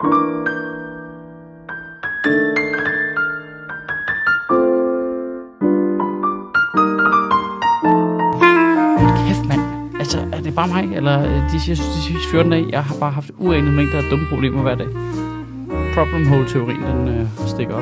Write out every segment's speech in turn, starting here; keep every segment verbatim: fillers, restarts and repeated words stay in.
Er det bare mig, eller de sidste fjorten dage, jeg har bare haft uanede mængder af dumme problemer hver dag. Problem hole-teorien, den øh, stikker op.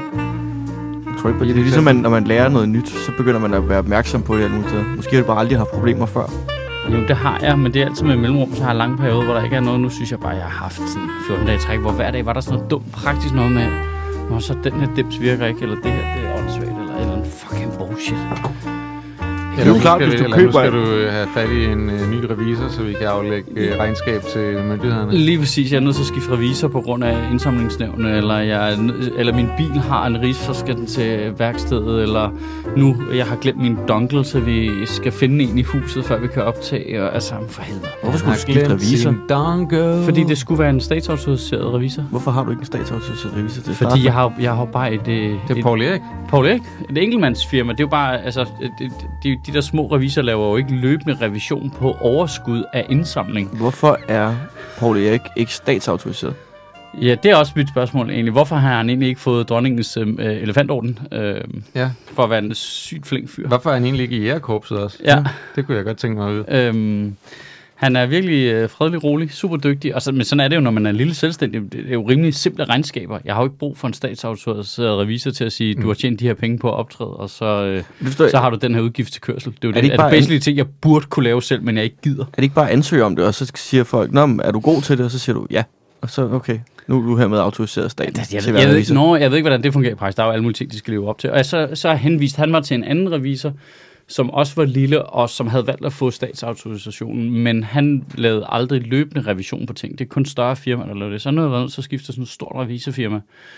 Jeg tror ikke på det. Det er ligesom, man, når man lærer noget nyt, så begynder man at være opmærksom på det alle mulige steder. Måske har du bare aldrig haft problemer før. Jo, det har jeg, men det er altid med mellemrum, så har jeg lange perioder, hvor der ikke er noget. Nu synes jeg bare, at jeg har haft sådan fjorten dage træk, hvor hver dag var der sådan noget dumt praktisk noget med, når så den her dims virker ikke, eller det her, det er åndssvagt, eller eller en fucking bullshit. Ja, det er jo klart, hvis du køber... Nu skal du have fat i en uh, ny revisor, så vi kan aflægge uh, regnskab til myndighederne. Lige præcis. Jeg er nødt til at skifte revisor på grund af indsamlingsnævne, eller, jeg nød, eller min bil har en ris, så skal den til værkstedet, eller nu jeg har glemt min dongle, så vi skal finde en i huset, før vi kan optage. Og, altså, for helvede. Hvorfor skulle du skifte revisor? Fordi det skulle være en statsautoriseret revisor. Hvorfor har du ikke en statsautoriseret revisor til? Fordi jeg har, jeg har bare et... Det er Paul Erik. Paul Erik? Et enkeltmandsfirma. Det er jo bare... Altså, det, det, de der små revisorer laver jo ikke løbende revision på overskud af indsamling. Hvorfor er Paul Erik ikke statsautoriseret? Ja, det er også mit spørgsmål egentlig. Hvorfor har han egentlig ikke fået dronningens øh, elefantorden øh, ja. for at være en sygt flink fyr? Hvorfor er han egentlig ikke i jægerkorpset også? Ja. Det kunne jeg godt tænke mig at vide. Øhm, han er virkelig øh, fredelig, rolig, super dygtig. Og så, men sådan er det jo, når man er en lille selvstændig. Det er jo rimelig simple regnskaber. Jeg har jo ikke brug for en statsautoriseret revisor til at sige, mm. du har tjent de her penge på at optræde, og så, øh, så har du den her udgift til kørsel. Det er jo er det, det, er det basically ting, jeg burde kunne lave selv, men jeg ikke gider. Er det ikke bare at ansøge om det, og så siger folk, nå, er du god til det? Og så siger du, ja. Og så, okay, nu er du her med autoriseret staten. Ja, jeg, jeg, jeg, ved, nå, jeg ved ikke, hvordan det fungerer i praksis. Der er jo alle mulige ting, de skal leve op til. Og så, så henviste han mig til en anden revisor, som også var lille, og som havde valgt at få statsautorisationen, men han lavede aldrig løbende revision på ting. Det er kun større firmaer, der lavede det. Så nu har jeg været nødt til at skifte sådan et stort revisorfirma.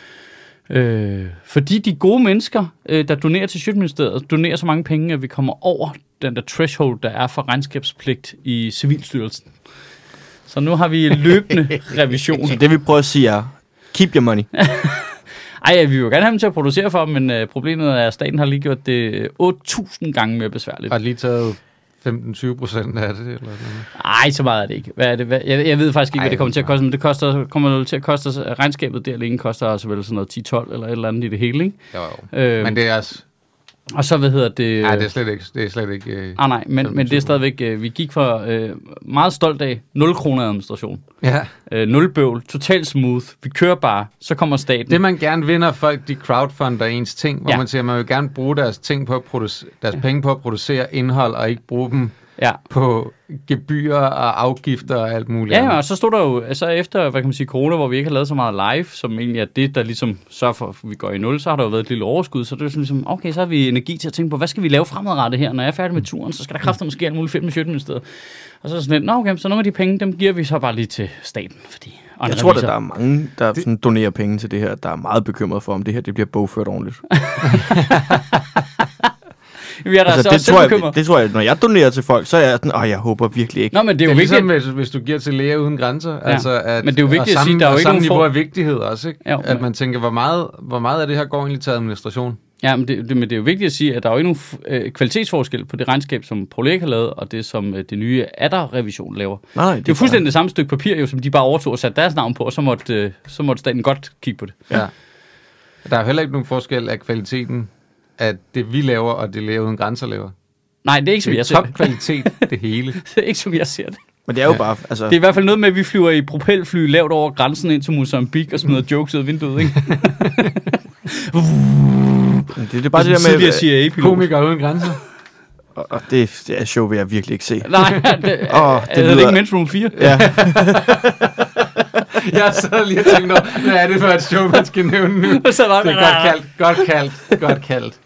Øh, fordi de gode mennesker, øh, der donerer til Sjøtministeriet, donerer så mange penge, at vi kommer over den der threshold, der er for regnskabspligt i Civilstyrelsen. Så nu har vi løbende revision. Så det vi prøver at sige er, keep your money. Ej, vi vil jo gerne have dem til at producere for dem, men øh, problemet er, at staten har lige gjort det otte tusind gange mere besværligt. Har lige taget femten til tyve procent af det? Eller noget? Ej, så meget er det ikke. Hvad er det? Hvad? Jeg, jeg ved faktisk ikke, Ej, hvad det kommer til at koste, men det koster, kommer til at koste, regnskabet der alene koster altså vel sådan noget ti tolv eller et eller andet i det hele, ikke? Jo, jo. Øhm, men det er altså... Og så, hvad hedder det... Nej, det er slet ikke... Det er slet ikke øh, ah, nej, men, men det er stadigvæk... Øh, vi gik fra øh, meget stolt af nul kroner administration. Ja. Øh, nul bøvl, totalt smooth. Vi kører bare, så kommer staten. Det man gerne vinder, folk de crowdfunder ens ting, hvor ja. man siger, at man vil gerne bruge deres, ting på at producere, deres ja. penge på at producere indhold, og ikke bruge dem ja. på gebyrer og afgifter og alt muligt. Ja, og så stod der jo, altså efter, hvad kan man sige, corona, hvor vi ikke har lavet så meget live, som egentlig er det, der ligesom sørger for, at vi går i nul, så har der jo været et lille overskud, så det er sådan ligesom, okay, så har vi energi til at tænke på, hvad skal vi lave fremadrettet her, når jeg er færdig med turen, så skal der kræfter måske alt muligt fedt med Sjøtministeriet. Og så er sådan lidt, nå okay, så nogle af de penge, dem giver vi så bare lige til staten, fordi... Jeg tror, at der er mange, der det... sådan donerer penge til det her, der er meget bekymret for, om det her det bliver bogført ordentligt. Vi er der altså, det, tror jeg, det tror jeg, når jeg donerer til folk, så er jeg sådan, åh, jeg håber virkelig ikke. Nå, men det er jo det er vigtigt, ligesom, hvis, hvis du giver til Læger Uden Grænser, ja. altså at, men det er jo vigtigt samme, at sige, der er jo ikke nogen niveau for... af vigtighed også, ikke? Jo, at man tænker, hvor meget, hvor meget af det her går egentlig til administration? Ja, men det, det, men det er jo vigtigt at sige, at der er jo ikke nogen øh, kvalitetsforskel på det regnskab, som Paul Erik har lavet, og det, som øh, det nye Adder-revision laver. Nej, det, det er jo fuldstændig det samme stykke papir, jo, som de bare overtog og satte deres navn på, og så måtte, øh, så måtte staten godt kigge på det. Ja. Der er jo heller ikke nogen forskel af kvaliteten af det, vi laver, og det Læger Uden Grænser laver. Nej, det er ikke, som det er jeg ser det. Topkvalitet, det hele. Det er ikke, som jeg ser det. Men det er jo ja. bare... Altså... Det er i hvert fald noget med, at vi flyver i propelfly lavt over grænsen ind til Mozambique og smider jokes ud af vinduet, ikke? det, det er bare det der med... C I A Komikere Uden Grænser. Og, og det, det er show, vil jeg virkelig ikke se. Nej, det, oh, det lyder... det ikke Men's Room fire? Ja. Jeg sad lige og tænkte, hvad er det for et show, man skal nævne nu? Det er godt kaldt, godt kaldt, godt kaldt.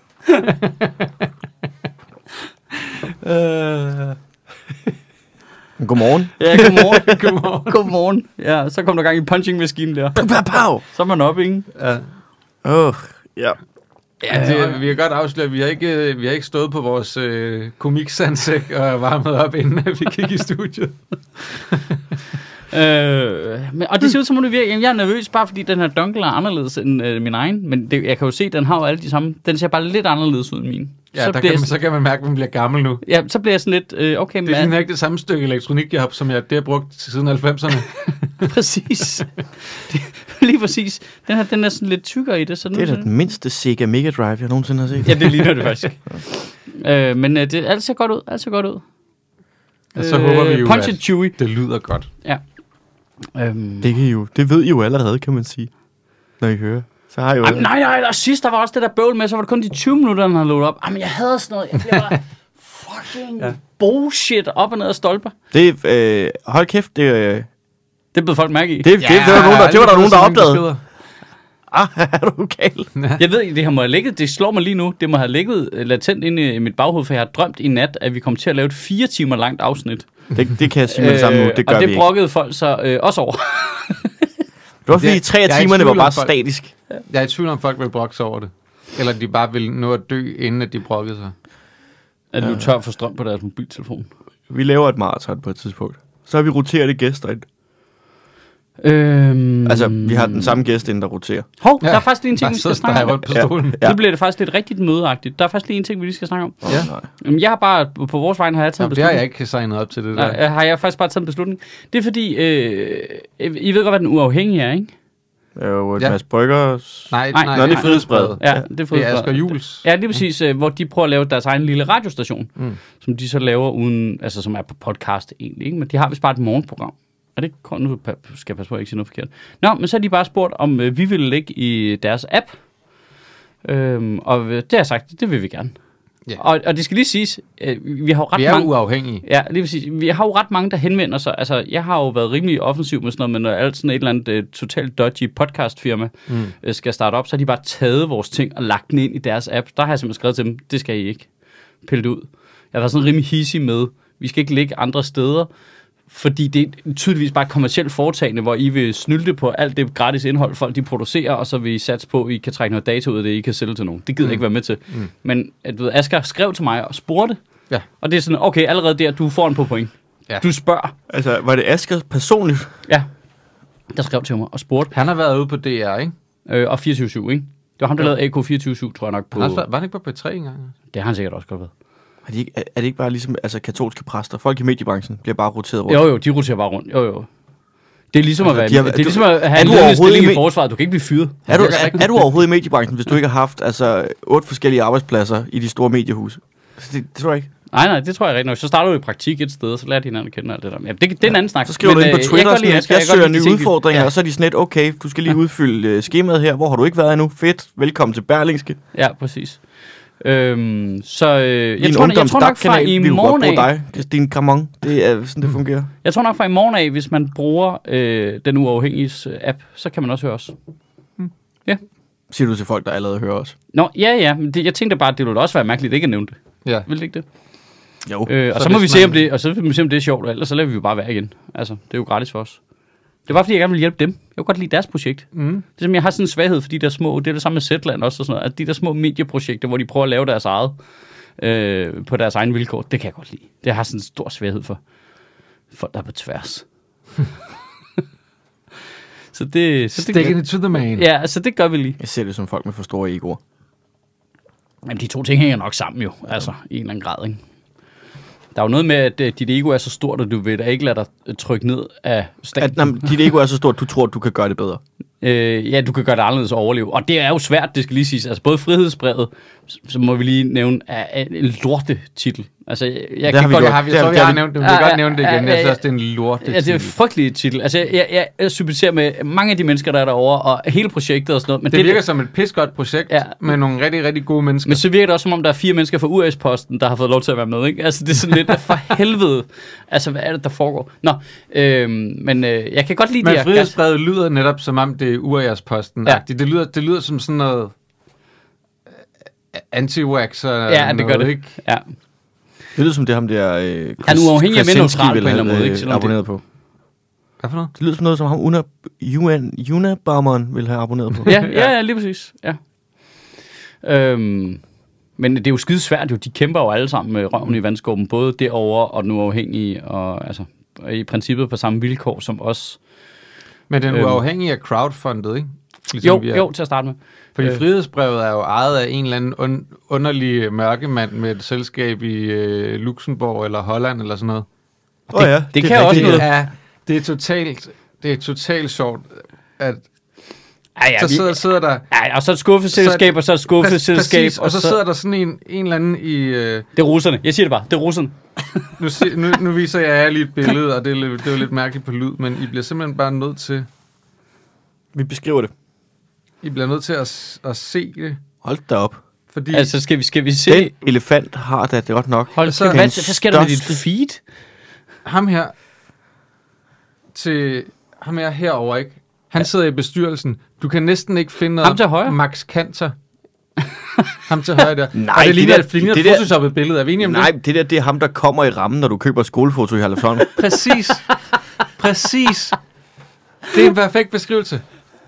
Uh... Godmorgen. Ja, godmorgen. godmorgen. Godmorgen. Ja, så kom der gang i punching-maskinen der. Pow! Så er man op, ikke? Ja. Åh, oh, ja. Ja, det, vi har godt afsløret, vi har ikke, vi har ikke stået på vores øh, komiksandsæk og varmet op, inden vi gik i studiet. øh, men, og det ser ud som om det virker. Jeg er nervøs, bare fordi den her dongle er anderledes end øh, min egen. Men det, jeg kan jo se, at den har jo alle de samme. Den ser bare lidt anderledes ud end min. Ja, så, der bliver kan man, jeg, så kan man mærke, at man bliver gammel nu. Ja, så bliver jeg sådan lidt, øh, okay. Det er ikke det samme stykke elektronik, jeg har, som jeg det har brugt siden halvfemserne. Præcis. Det, lige præcis. Den her, den er sådan lidt tykkere i det. Så det er da den mindste Sega Mega Drive, jeg nogensinde har set. Ja, det ligner det faktisk. øh, men øh, det alt ser godt ud. Alt ser godt ud. Og så øh, håber vi jo, Punch it, Chewy. Det lyder godt. Ja. Øhm. Det, kan I jo, det ved I jo allerede, kan man sige. Når I hører. Så har I jo Ej, nej, nej, og sidst der var også det der bøvl med, så var det kun de tyve minutter, den havde loadet op. Jamen, jeg havde sådan noget. Jeg bliver bare fucking ja. bullshit op og ned af stolper. Det, øh, hold kæft, det... Øh, det blev folk mærke i. Det, det, ja, det, det var, nogen, der, det var der nogen, der opdagede. Ah, er du gal? Jeg ved, det har må have ligget, det slår mig lige nu, det må have ligget latent inde i mit baghoved, for jeg har drømt i nat, at vi kommer til at lave et fire timer langt afsnit. Det, det kan jeg sige med det samme nu, det gør og vi det ikke. brokkede folk så øh, også over. Det var fordi det, tre af timerne var bare folk, statisk. Jeg er i tvivl om, folk vil brokke sig over det. Eller de bare vil nå at dø, inden at de brokkede sig. Er du tør for strøm på deres mobiltelefon? Vi laver et maraton på et tidspunkt. Så har vi roterede gæster ind. Øhm... Altså, vi har den samme gæst ind, der roterer. Hov, ja. Der er faktisk lige en ting, vi skal snakke om. Rundt på stolen. Ja. Nu bliver det faktisk lidt rigtigt mødeagtigt. Der er faktisk lige en ting, vi lige skal snakke om. Ja. Jamen, jeg har bare, på vores vej har jeg taget en beslutning. Det har jeg ikke signet op til det der. Nej, har jeg faktisk bare taget en beslutning. Det er fordi, øh, I ved godt, hvad den uafhængige er, ikke? Jo, et ja. Mads Bryggers... Nej, nej, nej, nej, det er Frihedsbrevet. Ja, det er Frihedsbrevet. Det er Asger Juhls. Ja, det er præcis, øh, hvor de prøver at lave deres egen lille radiostation, mm. som de så laver uden, altså som er på podcast egentlig, ikke? Men de har vist bare et morgenprogram. Og det nu skal jeg passe på, at jeg ikke sige noget forkert. Nå, men så har de bare spurgt, om øh, vi vil lægge i deres app. Øhm, og det har jeg sagt, det vil vi gerne. Yeah. Og, og det skal lige siges, øh, vi har jo ret vi er mange... uafhængige. Ja, lige præcis. Vi har jo ret mange, der henvender sig. Altså, jeg har jo været rimelig offensiv med sådan noget, men når alt sådan et eller andet uh, totalt dodgy podcastfirma mm. uh, skal starte op, så har de bare taget vores ting og lagt den ind i deres app. Der har jeg simpelthen skrevet til dem, det skal I ikke pille det ud. Jeg har været sådan rimelig hissig med, vi skal ikke ligge andre steder, fordi det er tydeligvis bare et kommercielt foretagende, hvor I vil snylte på alt det gratis indhold, folk de producerer, og så vil I satse på, at I kan trække noget data ud af det, I kan sælge til nogen. Det gider jeg mm. ikke være med til. Mm. Men at, du ved, Asger skrev til mig og spurgte, ja. Og det er sådan, okay, allerede der, du får en på point. Ja. Du spørger. Altså, var det Asger personligt? Ja, der skrev til mig og spurgte. Han har været ude på D R, ikke? Øh, og fireogtyve syv, ikke? Det var ham, der ja. lavede A K fireogtyve syv, tror jeg nok på. Han var han ikke på P tre engang? Det har han sikkert også godt været. Er det, ikke, er det ikke bare ligesom altså, katolske præster? Folk i mediebranchen bliver bare roteret rundt. Jo, jo, de roterer bare rundt. Jo, jo. Det er ligesom altså, at være, har, det er ligesom du, at have en ledende stilling i, i forsvaret. Du kan ikke blive fyret. Er du, er, er du overhovedet i mediebranchen, hvis du ikke har haft altså, otte forskellige arbejdspladser i de store mediehuse? Det, det tror jeg ikke. Nej, nej, det tror jeg rigtig nok. Så starter du i praktik et sted, og så lærer de hinanden at kende alt det der. Ja, det, det er ja. en anden snak. Så skriver men, du ind på Twitter, jeg, sådan, jeg, jeg, jeg søger nye udfordringer, ja. og så er de sådan lidt, okay, du skal lige ja. udfylde uh, skemaet her. Hvor har du ikke været endnu? Fedt, velkommen til Berlingske. Ja, præcis. Øhm, så øh, jeg, tror, jeg tror nok fra i morgen af... dig, Christine Camon. Det er sådan, det fungerer. Jeg tror nok fra i morgen af, hvis man bruger øh, den uafhængige app, så kan man også høre os. Hmm. Ja. Siger du til folk, der allerede hører os? Nå, ja, ja. Men det, jeg tænkte bare, at det ville også være mærkeligt, at ikke at nævne det. Ja. Vil det ikke det? Jo. Øh, og så, så må vi se, om det, og så vil vi se, om det er sjovt, og ellers så lader vi jo bare være igen. Altså, det er jo gratis for os. Det var, fordi jeg gerne vil hjælpe dem. Jeg kunne godt lide deres projekt. Mm. Det er som, jeg har sådan en svaghed for de der små, det er det samme med Zetland også, og sådan noget, at de der små medieprojekter, hvor de prøver at lave deres eget, øh, på deres egen vilkår, det kan jeg godt lide. Det har sådan en stor svaghed for folk, der er på tværs. så det... Så Sticking it to the man. Ja, så det gør vi lige. Jeg ser det som folk med for store egoer. Jamen, de to ting hænger nok sammen jo, ja. Altså, i en eller anden grad, ikke? Der er jo noget med, at uh, dit ego er så stort, at du vil da ikke lade dig trykke ned af staten. At, jamen, dit ego er så stort, at du tror, at du kan gøre det bedre. Øh, ja, du kan gøre det anderledes og overleve. Og det er jo svært, det skal lige siges. Altså, både Frihedsbrevet, så må vi lige nævne, er en lortetitel. Altså, jeg, jeg det kan godt... Det har vi, så vi har nævnt det. Vi kan godt nævne det igen. Jeg synes også, det er en lortetitel. Ja, det er en frygtelig titel. Altså, jeg, jeg, jeg sympatiserer med mange af de mennesker, der er derovre, og hele projektet og sådan noget. Men det, det virker som et pissegodt projekt, ja. Med nogle rigtig, rigtig gode mennesker. Men så virker det også, som om der er fire mennesker fra U S-posten, der har fået lov til at være med, ikke? Altså, det er sådan lidt for helvede. Altså, hvad er det, der foregår? Nå, øhm, men øh, jeg kan godt lide men det. Men Frihedsbrevet lyder netop, som om det er U S-posten. Ja. Det, det, lyder, det lyder som sådan noget anti-wax og ja, det gør det. Ikke? Ja. Det lyder som det ham der... Øh, han er uafhængig af neutral på en eller anden måde, ikke? Abonneret på. Hvad for noget? Det lyder som noget, som ham Una, Una, Unabammeren ville have abonneret på. ja, ja, ja, lige præcis. Ja. Øhm, men det er jo skide svært, jo. De kæmper jo alle sammen med røven i vandskåben, både derovre og den uafhængige, og altså i princippet på samme vilkår som os. Men den er Øhm. uafhængig af crowdfundet, ikke? Ligesom Jo, vi er. jo, til at starte med. Fordi Øh. frihedsbrevet er jo ejet af en eller anden un- underlig mørkemand med et selskab i øh, Luxembourg eller Holland eller sådan noget. Åh oh, ja, det kan også Det noget. er, det er totalt, det er totalt sjovt, at Ja, ja, så vi, sidder, sidder der... ja, og så er et skuffeselskab, og så er et skuffeselskab. Præcis, og så sidder der sådan en, en eller anden i... Øh, Det er russerne. Jeg siger det bare. Det er russerne. nu, se, nu, nu viser jeg jer lige et billede, og det er, lidt- det er jo lidt mærkeligt på lyd, men I bliver simpelthen bare nødt til... Vi beskriver det. I bliver nødt til at, at se det, Hold da op. fordi... Altså, skal vi, skal vi se... Den elefant har da det godt nok. Hold så- så, hvad, den hvad sker der med dit største- feed? ham her til ham her herover ikke. Han ja. sidder i bestyrelsen. Du kan næsten ikke finde noget Ham til højre? Max Kanter. ham til højre der. Nej, og det det ligner der- et, det ligner det et der- photoshoppet billede. Er vi enige om Nej, det? det der, det er ham, der kommer i rammen, når du køber et skolefoto i Herlufsholm. Præcis. Præcis. Det er en perfekt beskrivelse.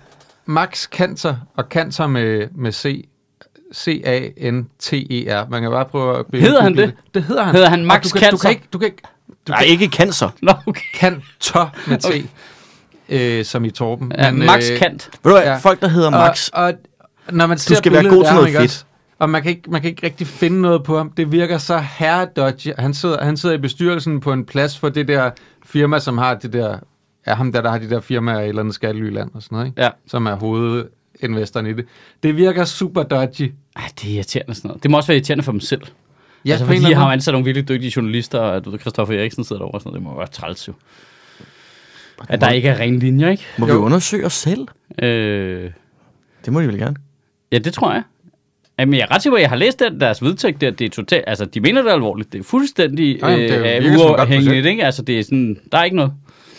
Max Kanter, og Kanter med, med C. C A N T E R. Man kan bare prøve at... Hedder han det? Det hedder han. Hedder han Og Max du kan, du Kanter? kan ikke... Du kan ikke du Nej, kan, ikke cancer. Nå, okay. Kanter med T. Okay. Øh, som i Torben. Ja, Men, Max øh, Kant. Ved du hvad, Ja. folk, der hedder Max, Og, og når man ser skal være billedet god til af noget ham, ikke fedt. også? Og man kan, ikke, man kan ikke rigtig finde noget på ham. Det virker så herredodgy. Han sidder, han sidder i bestyrelsen på en plads for det der firma, som har det der... Er ham der, der har de der firmaer i et eller andet skattelyland og sådan noget, ikke? Ja. Som er hovedinvestoren i det. Det virker super dodgy. Ej, det er irriterende sådan noget. Det må også være irriterende for dem selv. Ja, altså, på en fordi eller de anden har jo måde. ansat nogle virkelig dygtige journalister, og du ved, Christoffer Eriksen sidder derovre og sådan noget. Det må være træls jo. At der ikke er rene linjer, ikke? må vi Jo. undersøge os selv? Øh, Det må de vel gerne. ja, det tror jeg. Jamen, jeg er ret sikker på, at jeg har læst den, deres vedtægt der. Det er totalt, altså, de mener det alvorligt. Det er fuldstændig Ej, det øh, virker som et godt uafhængigt, projekt. ikke? Altså, det er sådan, der er ikke noget.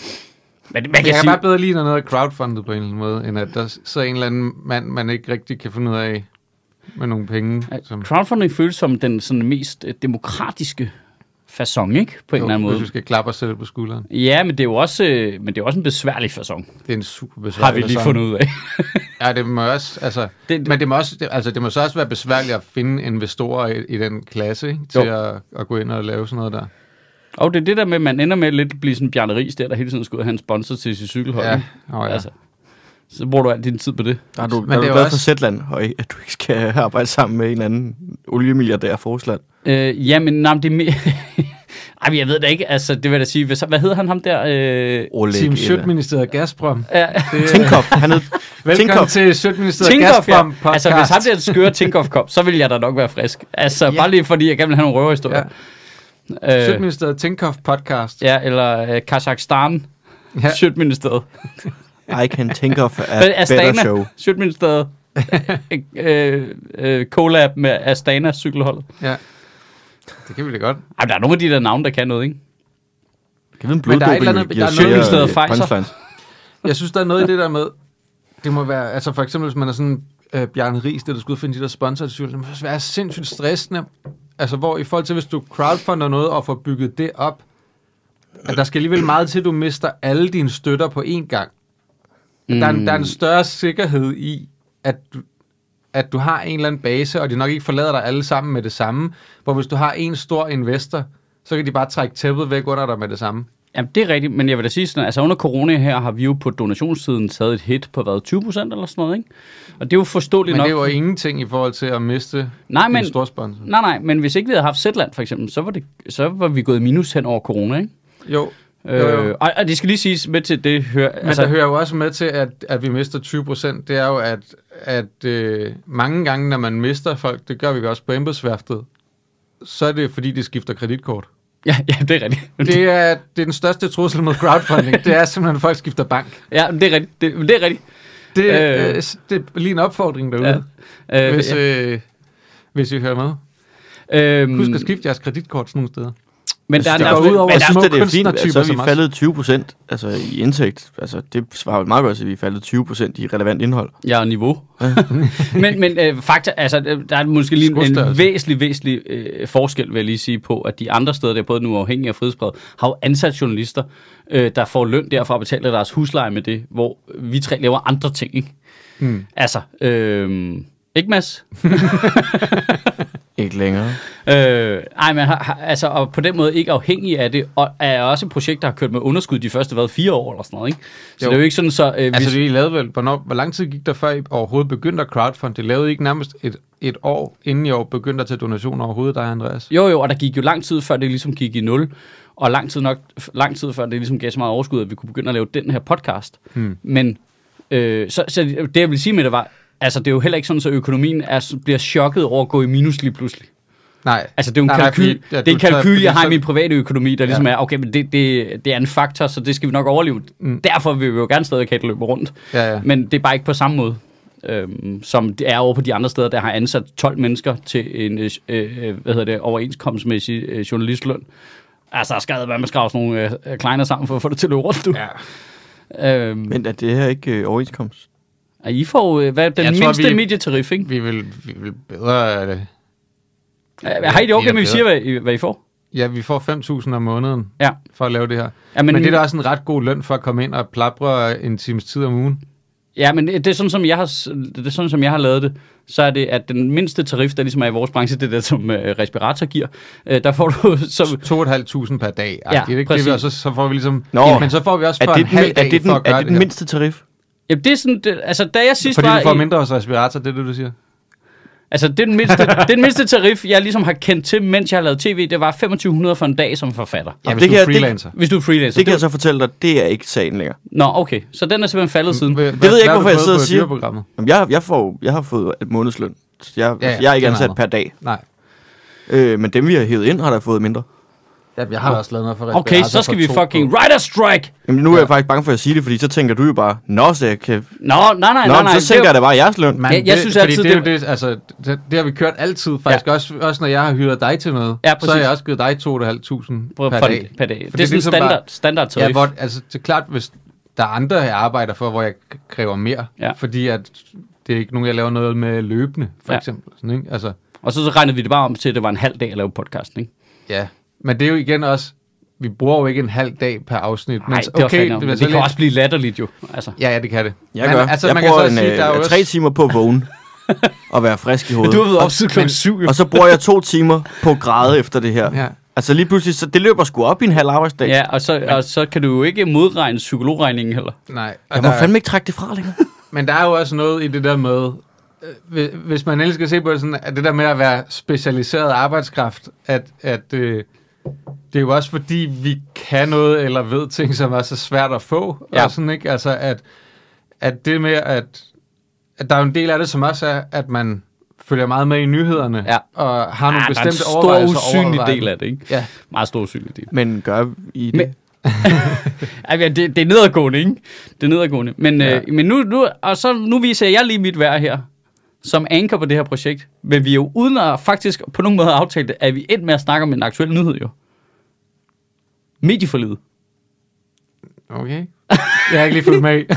Men man Jeg kan kan sige, bare bedre lide, når noget er crowdfundet på en eller anden måde, end at der sidder en eller anden mand, man ikke rigtig kan finde ud af med nogle penge. Som, crowdfunding føles som den sådan, mest øh, demokratiske facon, ikke? På en jo, eller anden hvis måde. vi skal klappe os selv på skulderen. Ja, men det er jo også, øh, men det er også en besværlig facon, Det er en super besværlig har vi lige facon. fundet ud af. Ja, det må også, altså, Det- det, men det må, også, det, altså, det må så også være besværligt at finde investorer i, i den klasse, ikke? Til at, at gå ind og lave sådan noget der. Og det er det der med, at man ender med lidt at blive sådan Bjarne Riis der, der hele tiden skal ud og have en sponsor til sit cykelhold. Ja, ikke? oh, ja. Altså, så bruger du al din tid på det. Der er du, Men der er det du er glad jo for også- Zetland, og at du ikke skal arbejde sammen med en eller anden oliemilliardær fra Rusland. Øh, jamen, nej, men det er mere... Ej, men jeg ved da ikke, altså, det vil jeg da sige, hvad, hvad hedder han ham der? Øh, Oleg Team eller- Sjøtministeriet Gazprom. ja, Det, Tinkoff, han hed velkommen Tinkoff. til Sjøtministeriet Tinkoff, ja. Gazprom podcast. Altså, hvis ham der skøre Tinkoff kom, så ville jeg da nok være frisk. Altså, Ja. bare lige fordi, jeg gerne vil have nogle røverhistorier. Ja. Øh, Sjøtministeriet Tinkoff podcast. ja, eller øh, Kazakhstan, Ja. ja. Sjøtministeriet. I can think of a Men better Astana, show. Sjøtministeriet. øh, øh, collab med Astana cykelholdet. Ja. Det kan vi da godt. Ej, der er nogle af de der navne, der kan noget, ikke? Kan vi en Men der er et bloddoping, eller andet- giver der er noget- flere, Sjøtministeriet øh, Pfizer. punchlines? Jeg synes, der er noget i det der med, det må være, altså for eksempel, hvis man er sådan øh, Bjarne Riis, der skulle ud og finde de der sponsorer til cykel, det må også være sindssygt stressende. Altså hvor i forhold til, hvis du crowdfunder noget og får bygget det op, at der skal alligevel meget til, at du mister alle dine støtter på én gang. Mm. Der, er en, der er en større sikkerhed i, at du, at du har en eller anden base, og de nok ikke forlader dig alle sammen med det samme. Hvor hvis du har en stor investor, så kan de bare trække tæppet væk under dig med det samme. Jamen, det er rigtigt, men jeg vil da sige sådan, altså under corona her har vi jo på donationssiden taget et hit på hvad, tyve procent eller sådan noget, ikke? Og det er jo forståeligt Men nok. det var ingenting i forhold til at miste Nej, en men- stor sponsor. Nej, nej, men hvis ikke vi havde haft Zetland for eksempel, så var, det, så var vi gået i minus hen over corona, ikke? Jo, jo, jo. Øh, og, og det skal lige siges med til det hører... Men altså, der hører jo også med til, at, at vi mister tyve procent. Det er jo, at, at øh, mange gange, når man mister folk, det gør vi også på embedsværftet, så er det fordi, de skifter kreditkort. Ja, ja, det er rigtigt. Det er, det er den største trussel mod crowdfunding. Det er simpelthen, at folk skifter bank. Ja, det er rigtigt. Det, det er rigtigt. Det, Øh. øh, det er lige en opfordring derude, Ja. Øh, hvis, ja. øh, hvis I hører med. Øhm, Husk at skifte jeres kreditkort sådan nogle steder. men Jeg der, synes, der, går der, ud over men Jeg der, synes, små det er fint, kunstnertyper så er vi som os. faldet tyve procent altså, i indtægt. Altså, det svarer jo meget godt til, at vi er faldet tyve procent i relevant indhold. jeg er niveau. men men øh, fakta, altså, øh, der er måske lige en, en Skostørrelse. væsentlig, væsentlig øh, forskel, vil jeg lige sige, på, at de andre steder, der er både nu afhængige af frihedsbrevet, har jo ansat journalister, øh, der får løn derfra at betale deres husleje med det, hvor vi tre laver andre ting, ikke? Hmm. Altså, øh, ikke Mads? Ikke længere. Øh, ej, men har, har, altså, og på den måde ikke afhængig af det, og er også et projekt, der har kørt med underskud de første, hvad, fire år eller sådan noget, ikke? Så jo. Det er jo ikke sådan, så... Øh, altså, hvis... vi lavede vel, hvornår, hvor lang tid gik der før I overhovedet begyndte at crowdfund? Det lavede I ikke nærmest et, et år, inden I år begyndte at tage donationer overhovedet, der, Andreas? Jo, jo, og der gik jo lang tid, før det ligesom gik i nul, og lang tid nok, lang tid før det ligesom gav så meget overskud, at vi kunne begynde at lave den her podcast. Hmm. Men, øh, så, så det jeg vil sige med det var, altså det er jo heller ikke sådan, så økonomien er, bliver chokket over at gå i minus lige pludselig. Nej. Altså det er jo en nej, kalkyl, nej, fordi, ja, det er en kalkyl, jeg har i min så... private økonomi, der ligesom ja. er, okay, men det, det, det er en faktor, så det skal vi nok overleve. Mm. Derfor vil vi jo gerne stadig have det løbe rundt. Ja, ja. Men det er bare ikke på samme måde, øhm, som det er over på de andre steder, der har ansat tolv mennesker til en øh, hvad hedder det, overenskomstmæssig øh, journalistløn. Altså, der skal man skrave sådan nogle øh, kleiner sammen for at få det til at løbe rundt, du. Ja. Øhm, men er det her ikke øh, overenskomst? Og I får øh, hvad, den jeg mindste tror, medietarif, ikke? Vi vil, vi vil bedre... Øh, Har I det okay, men vi siger, hvad I, hvad I får? Ja, vi får fem tusind om måneden ja. for at lave det her. Ja, men, men det er da også en ret god løn for at komme ind og plapre en times tid om ugen. Ja, men det er sådan, som jeg har, det er sådan, som jeg har lavet det. Så er det, at den mindste tarif, der ligesom er i vores branche, det er det, som øh, respirator giver. Øh, der får du... Så... to og et halvt tusind per dag. Ja, det er ikke det, vi, så, så får vi ligesom... Nå, men så får vi også for en en halv dag er det den, for at gøre er det den det mindste tarif? Jamen, det er sådan... Det, altså, da jeg sidst Fordi var... Fordi du får i, mindre hos respirator, det er det, du siger? Altså, det er den mindste, det er den mindste tarif, jeg ligesom har kendt til, mens jeg har lavet tv, det var femogtyve hundrede for en dag som forfatter. Ja, hvis det du er freelancer. Det, hvis du er freelancer. Det kan jeg så fortælle dig, det er ikke sagen længere. Nå, okay. Så den er simpelthen faldet siden. Hvad, det ved jeg ikke, hvorfor jeg sidder og siger. Jamen, jeg, jeg, får, jeg har fået et månedsløn. Jeg, ja, ja, jeg er ikke ansat per dag. Nej. Øh, men dem, vi har hævet ind, har der fået mindre. Ja, jeg har også lavet noget for respirator. Okay, så skal vi fucking writer strike! Jamen, nu er ja. jeg faktisk bange for at sige det, fordi så tænker du jo bare, nå, så jeg kan... Nå, nej, nej, nå, nej, nej. så tænker jeg da bare jeres løn. Man, jeg, jeg synes det, altid, det, det, det, altså, det, det har vi kørt altid, faktisk ja. også, også når jeg har hyret dig til noget, ja, så har jeg også givet dig to og et tusind per, per dag. Per dag. Det er sådan en standard, standard tarif. Ja, hvor, altså, det er klart, hvis der er andre, jeg arbejder for, hvor jeg kræver mere, ja. fordi at det er ikke nogen, jeg laver noget med løbende, for ja. eksempel. Sådan, ikke? Altså, og så, så regnede vi det bare om til, at det var en halv dag at lave podcasten, ikke? Ja, men det er jo igen også... Vi bruger jo ikke en halv dag per afsnit. Nej, det, okay, det, det kan lidt... også blive latterligt jo. Altså. Ja, ja, det kan det. Jeg men, gør. Altså, jeg man bruger kan så en, sige, der er jo tre timer på at vågne og være frisk i hovedet. Du har været opsiden klokken syv. Og så bruger jeg to timer på at græde efter det her. Ja. Altså lige pludselig, så det løber sgu op i en halv arbejdsdag. Ja, og så, og så kan du jo ikke modregne psykologregningen heller. Nej. Jeg må der... fandme ikke trække det fra længere. Men der er jo også noget i det der med, øh, hvis man ellers skal se på det sådan, at det der med at være specialiseret arbejdskraft, at... at øh, det er jo også fordi, vi kan noget, eller ved ting, som er så svært at få. Ja. Og sådan, ikke? Altså, at, at det med, at, at der er en del af det, som også er, at man følger meget med i nyhederne, ja. og har nogle ja, bestemte overvejelser. Der er en stor usynlig del af det, ikke? Ja. Meget stor usynlig del. Men gør I det? Men, ja, det, det er nedadgående, ikke? Det er nedadgående. Men, ja. øh, men nu, nu, og så, nu viser jeg lige mit værd her, som anker på det her projekt. Men vi er jo uden at faktisk på nogen måde aftale det, at vi endt med at snakke om en aktuel nyhed, jo. Medieforliget. Okay. Jeg har ikke lige fulgt med i.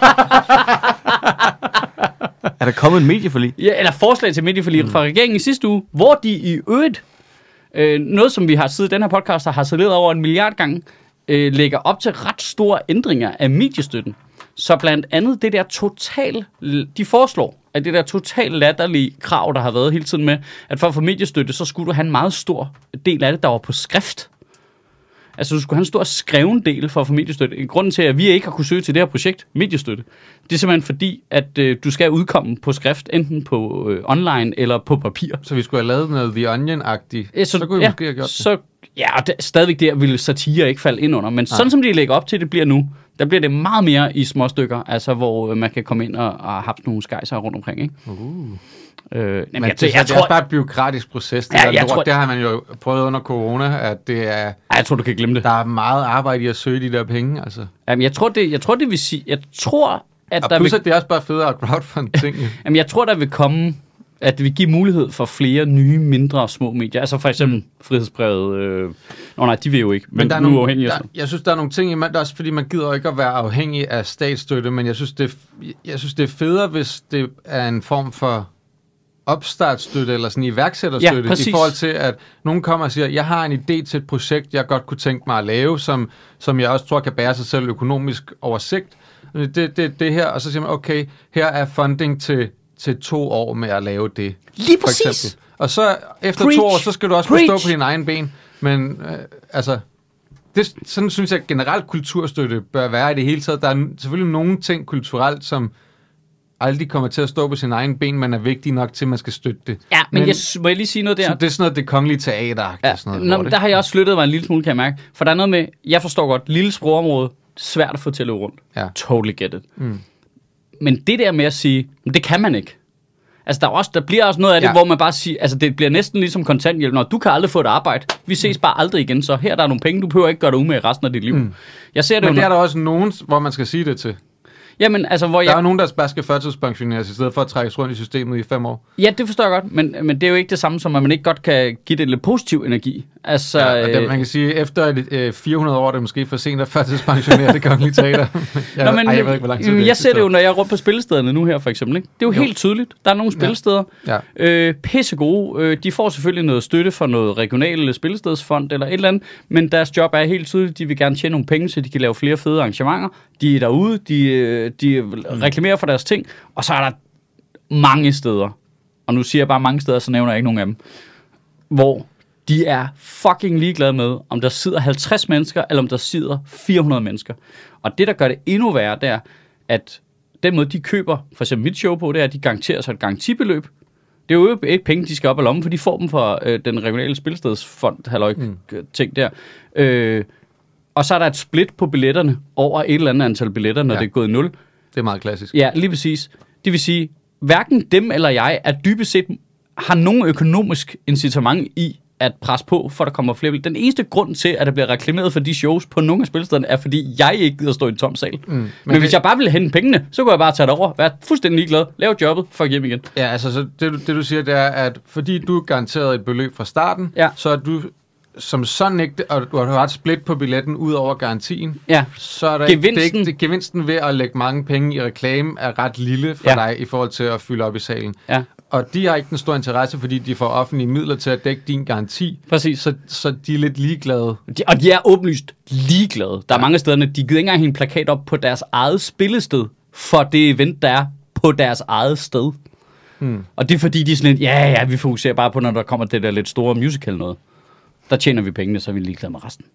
Er der kommet en medieforlig? Ja, eller forslag til medieforlig mm. fra regeringen i sidste uge, hvor de i øvrigt, øh, noget som vi har siddet i den her podcast, har harceleret over en milliard gange, øh, lægger op til ret store ændringer af mediestøtten. Så blandt andet det der total, de foreslår, at det der total latterlige krav, der har været hele tiden med, at for at få mediestøtte, så skulle du have en meget stor del af det, der var på skrift. Altså, du skulle have en stor skreven del for at få mediestøtte. Grunden til, at vi ikke har kunnet søge til det her projekt, mediestøtte, det er simpelthen fordi, at øh, du skal udkomme på skrift, enten på øh, online eller på papir. Så vi skulle have lavet noget The Onion-agtigt. Ja, så, så kunne vi ja, måske have gjort det. Så, ja, og det, stadigvæk der ville satire ikke falde ind under. Men Nej. sådan som de lægger op til, det bliver nu, der bliver det meget mere i små stykker, altså hvor øh, man kan komme ind og, og have nogle skejser rundt omkring, ikke? Uh. Øh, jamen, men jeg, det, jeg, jeg det er tror, bare et bureaukratisk proces. Det, ja, der jeg lort, tror, det har man jo prøvet under corona, at det er... Ja, jeg tror, du kan glemme det. Der er meget arbejde i at søge de der penge, altså. Jamen, jeg tror, det, jeg tror, det vil sige... Jeg tror, at og der plus, vil... at det er også bare federe at crowdfund ting. Jamen, jeg tror, der vil komme... At det vil give mulighed for flere nye, mindre små medier. Altså for eksempel mm. Frihedsbrevet... Øh... Nå nej, de vil jo ikke, men, men der er nu nogle, uafhængige. Der, jeg synes, der er nogle ting i man, der også, fordi man gider ikke at være afhængig af statsstøtte, men jeg synes, det, jeg synes, det er federe, hvis det er en form for opstartsstøtte eller sådan iværksætterstøtte, ja, i forhold til, at nogen kommer og siger, jeg har en idé til et projekt, jeg godt kunne tænke mig at lave, som, som jeg også tror kan bære sig selv økonomisk oversigt. Det, det, det her, og så siger man, okay, her er funding til, til to år med at lave det. Lige for præcis. Eksempel. Og så efter Preach. to år, så skal du også Preach. kunne stå på dine egne ben. Men øh, altså, det, sådan synes jeg at generelt kulturstøtte bør være i det hele taget. Der er selvfølgelig nogle ting kulturelt, som aldrig kommer til at stå på sine egne ben, men er vigtige nok til, at man skal støtte det. Ja, men, men jeg, må jeg lige sige noget der? Så det er sådan noget, det kongelige teater. Ja, sådan noget, nå, der har jeg også flyttet mig en lille smule, kan jeg mærke. For der er noget med, jeg forstår godt, lille sprogområde, svært at få til at løbe rundt. Ja. Totally get it. Mm. Men det der med at sige, det kan man ikke. Altså, der, er også, der bliver også noget af det, ja. hvor man bare siger, altså det bliver næsten ligesom kontanthjælp. Når du kan aldrig få et arbejde, vi ses bare aldrig igen, så her der er nogle penge, du behøver ikke gøre dig umage resten af dit liv. Mm. Jeg ser det Men jo, det er der også nogen, hvor man skal sige det til. Jamen, altså, hvor Der jeg... er jo nogen, der bare skal førtidspensioneres, i stedet for at trækkes rundt i systemet i fem år. Ja, det forstår jeg godt, men, men det er jo ikke det samme som, at man ikke godt kan give det lidt positiv energi. Altså, Ja, og det, man kan sige, efter et, øh, fire hundrede år, det er måske for sent at førtidspensionere det kongelige teater. jeg, Nå, men, ej, jeg ved ikke, hvor lang tid jeg, det jeg ser det jo, når jeg er rundt på spillestederne nu her, for eksempel. Ikke? Det er jo, jo helt tydeligt. Der er nogle spillesteder. Ja. Ja. Øh, pisse gode. Øh, de får selvfølgelig noget støtte fra noget regional spillestedsfond eller et eller andet, men deres job er helt tydeligt. De vil gerne tjene nogle penge, så de kan lave flere fede arrangementer. De er derude, de, de reklamerer for deres ting, og så er der mange steder, og nu siger jeg bare mange steder, så nævner jeg ikke nogen af dem, hvor de er fucking ligeglade med, om der sidder halvtreds mennesker, eller om der sidder fire hundrede mennesker. Og det, der gør det endnu værre, det er, at den måde, de køber for eksempel mit show på, det er, at de garanterer sig et garantibeløb. Det er jo ikke penge, de skal op ad lommen, for de får dem fra øh, den regionale spilstedsfond, halløj, mm. ting der. Øh, og så er der et split på billetterne over et eller andet antal billetter, når ja. det er gået nul. Det er meget klassisk. Ja, lige præcis. Det vil sige, hverken dem eller jeg er dybest set har nogen økonomisk incitament i at presse på, for der kommer flere. Den eneste grund til, at der bliver reklameret for de shows på nogle af spilstederne, er, fordi jeg ikke gider stå i en tom sal. Mm, men men det... hvis jeg bare ville hente pengene, så kunne jeg bare tage det over, være fuldstændig ligeglad, lave jobbet, fuck hjem igen. Ja, altså så det, det du siger, det er, at fordi du er garanteret et beløb fra starten, ja. så er du som sådan ikke, og du har et split på billetten ud over garantien, ja. så er der gevinsten. Ikke, det ikke, det, gevinsten ved at lægge mange penge i reklame er ret lille for ja. dig i forhold til at fylde op i salen. Ja. Og de har ikke den store interesse, fordi de får offentlige midler til at dække din garanti. Præcis. Så, så de er lidt ligeglade. De, og de er åbenlyst ligeglade. Der er ja. mange steder, de gider ikke engang en plakat op på deres eget spillested, for det event, der er på deres eget sted. Hmm. Og det er fordi, de er sådan lidt, ja, ja, vi fokuserer bare på, når der kommer det der lidt store musical noget. Der tjener vi pengene, så er vi ligeglade med resten.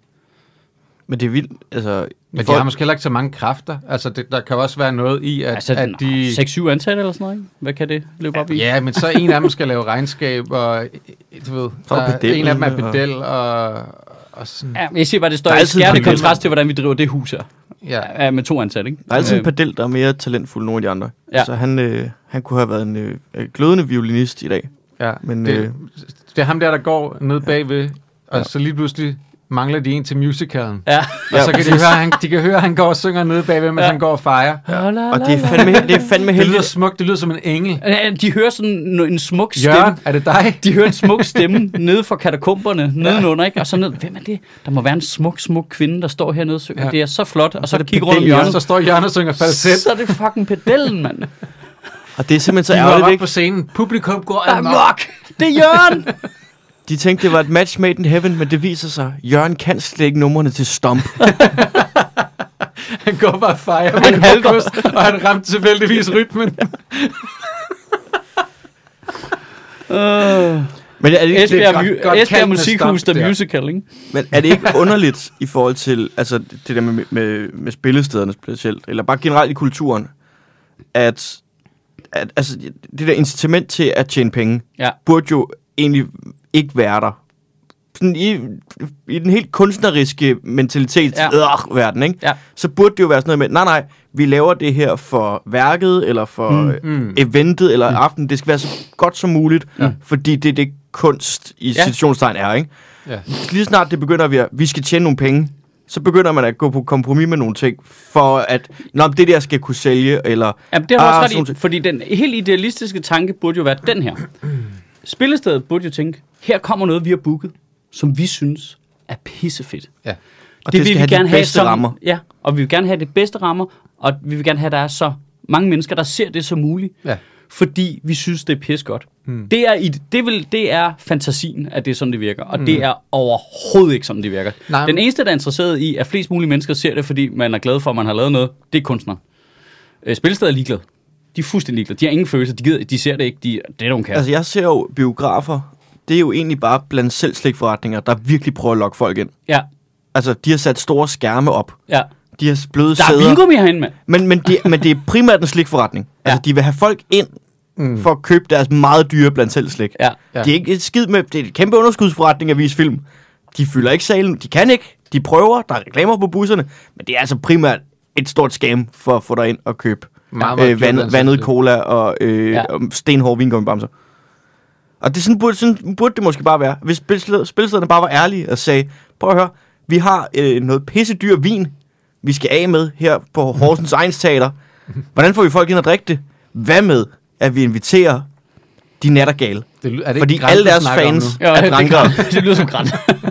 Men det er vildt, altså... Men de har måske heller ikke så mange kræfter. Altså, det, der kan også være noget i, at, altså, at de... seks syv ansatte eller sådan noget, ikke? Hvad kan det løbe op i? Ja, men så en af dem skal lave regnskab, og du ved, der er, en af dem er pedel, og, og sådan... Ja, jeg siger bare, det står i skærende kontrast til, hvordan vi driver det hus her. Ja. Ja, med to ansatte, ikke? Der er altid en pedel, der er mere talentfuld end nogle af de andre. Ja. Så han, øh, han kunne have været en øh, glødende violinist i dag. Ja, men, det, øh, det er ham der, der går ned bagved, og ja. så lige pludselig mangler de en til musicalen. Ja. Og så kan de høre, han, de kan høre, at han går og synger nede bagved, mens ja. han går og fejrer. Ja, la, og det er fandme, det er fandme heldigt. Det lyder smukt, det lyder som en engel. De hører sådan en smuk stemme. Jørgen, er det dig? De hører en smuk stemme nede fra katakomberne, ja. nedenunder, ikke? Og så ned, hvem er det? Der må være en smuk, smuk kvinde, der står hernede og synger. Ja. Det er så flot. Og så, så kigger rundt om hjørnet. Så står Jørgen og synger falset. Så er det fucking pedellen, mand. Og det er simpelthen så de ærgerligt, ikke? På scenen. Publikum går amok. Det er Jørgen! De tænkte, det var et match made in heaven, men det viser sig, Jørgen kan slet ikke numrene til Stomp. Han går bare og fejrer, han halter, og han ramte tilfældigvis rytmen. uh, men er det ikke Esbjerg, godt, godt Esbjerg Musikhus, der musical, ikke? Men er det ikke underligt i forhold til, altså det der med, med, med spillestederne specielt, eller bare generelt i kulturen, at, at altså, det der incitament til at tjene penge, ja. burde jo egentlig ikke være der. Sådan i, i den helt kunstneriske mentalitet ja. øh, verden, ikke? Ja. Så burde det jo være sådan noget med, nej nej, vi laver det her for værket, eller for mm, mm. eventet, eller mm. aftenen. Det skal være så godt som muligt, ja. fordi det er det kunst i ja. situationstegn er, ikke? Ja. Lige snart det begynder vi at, vi skal tjene nogle penge, så begynder man at gå på kompromis med nogle ting, for at, nå, det der skal kunne sælge, eller... Jamen, det har du også ret i, fordi den helt idealistiske tanke burde jo være den her. Spillestedet burde jo tænke, her kommer noget, vi har booket, som vi synes er pissefedt. Ja. Og det, det vil vi gerne have som, rammer. Ja, og vi vil gerne have det bedste rammer, og vi vil gerne have, at der er så mange mennesker, der ser det som muligt, ja. fordi vi synes, det er pisse godt. Hmm. Det, er i, det, vil, det er fantasien, at det er sådan, det virker, og hmm. det er overhovedet ikke sådan, det virker. Nej, Den eneste, der er interesseret i, at flest mulige mennesker ser det, fordi man er glad for, at man har lavet noget, det er kunstner. Spillestedet er ligeglad. De er fuldstændig ligeglade. De har ingen følelser. De, gider, de ser det ikke. De, det er don't care. Altså, jeg ser jo biografer. Det er jo egentlig bare blandt selv slikforretninger, der virkelig prøver at lokke folk ind. Ja. Altså, de har sat store skærme op. Ja. De har bløde sæder. Der er vingummi herinde, mand. Men, men, de, men det er primært en slikforretning. Ja. Altså, de vil have folk ind mm. for at købe deres meget dyre blandt selv slik. Ja. Ja. Det er ikke et skid med, det er et kæmpe underskudsforretning at vise film. De fylder ikke salen. De kan ikke. De prøver. Der er reklamer på busserne. Men det er altså primært et stort scam for at få dig ind og købe meget, øh, vand, vandet cola og, øh, ja. og stenhårde vingummibamser. Og det sådan burde, sådan burde det måske bare være. Hvis spilstederne bare var ærlige og sagde, prøv at høre, vi har øh, noget pissedyr vin, vi skal af med her på Horsens Egns Teater. Hvordan får vi folk ind og drikke det? Hvad med, at vi inviterer de nattergale? Det, er det Fordi alle deres fans ja, er drankere. Det, det lyder som græn.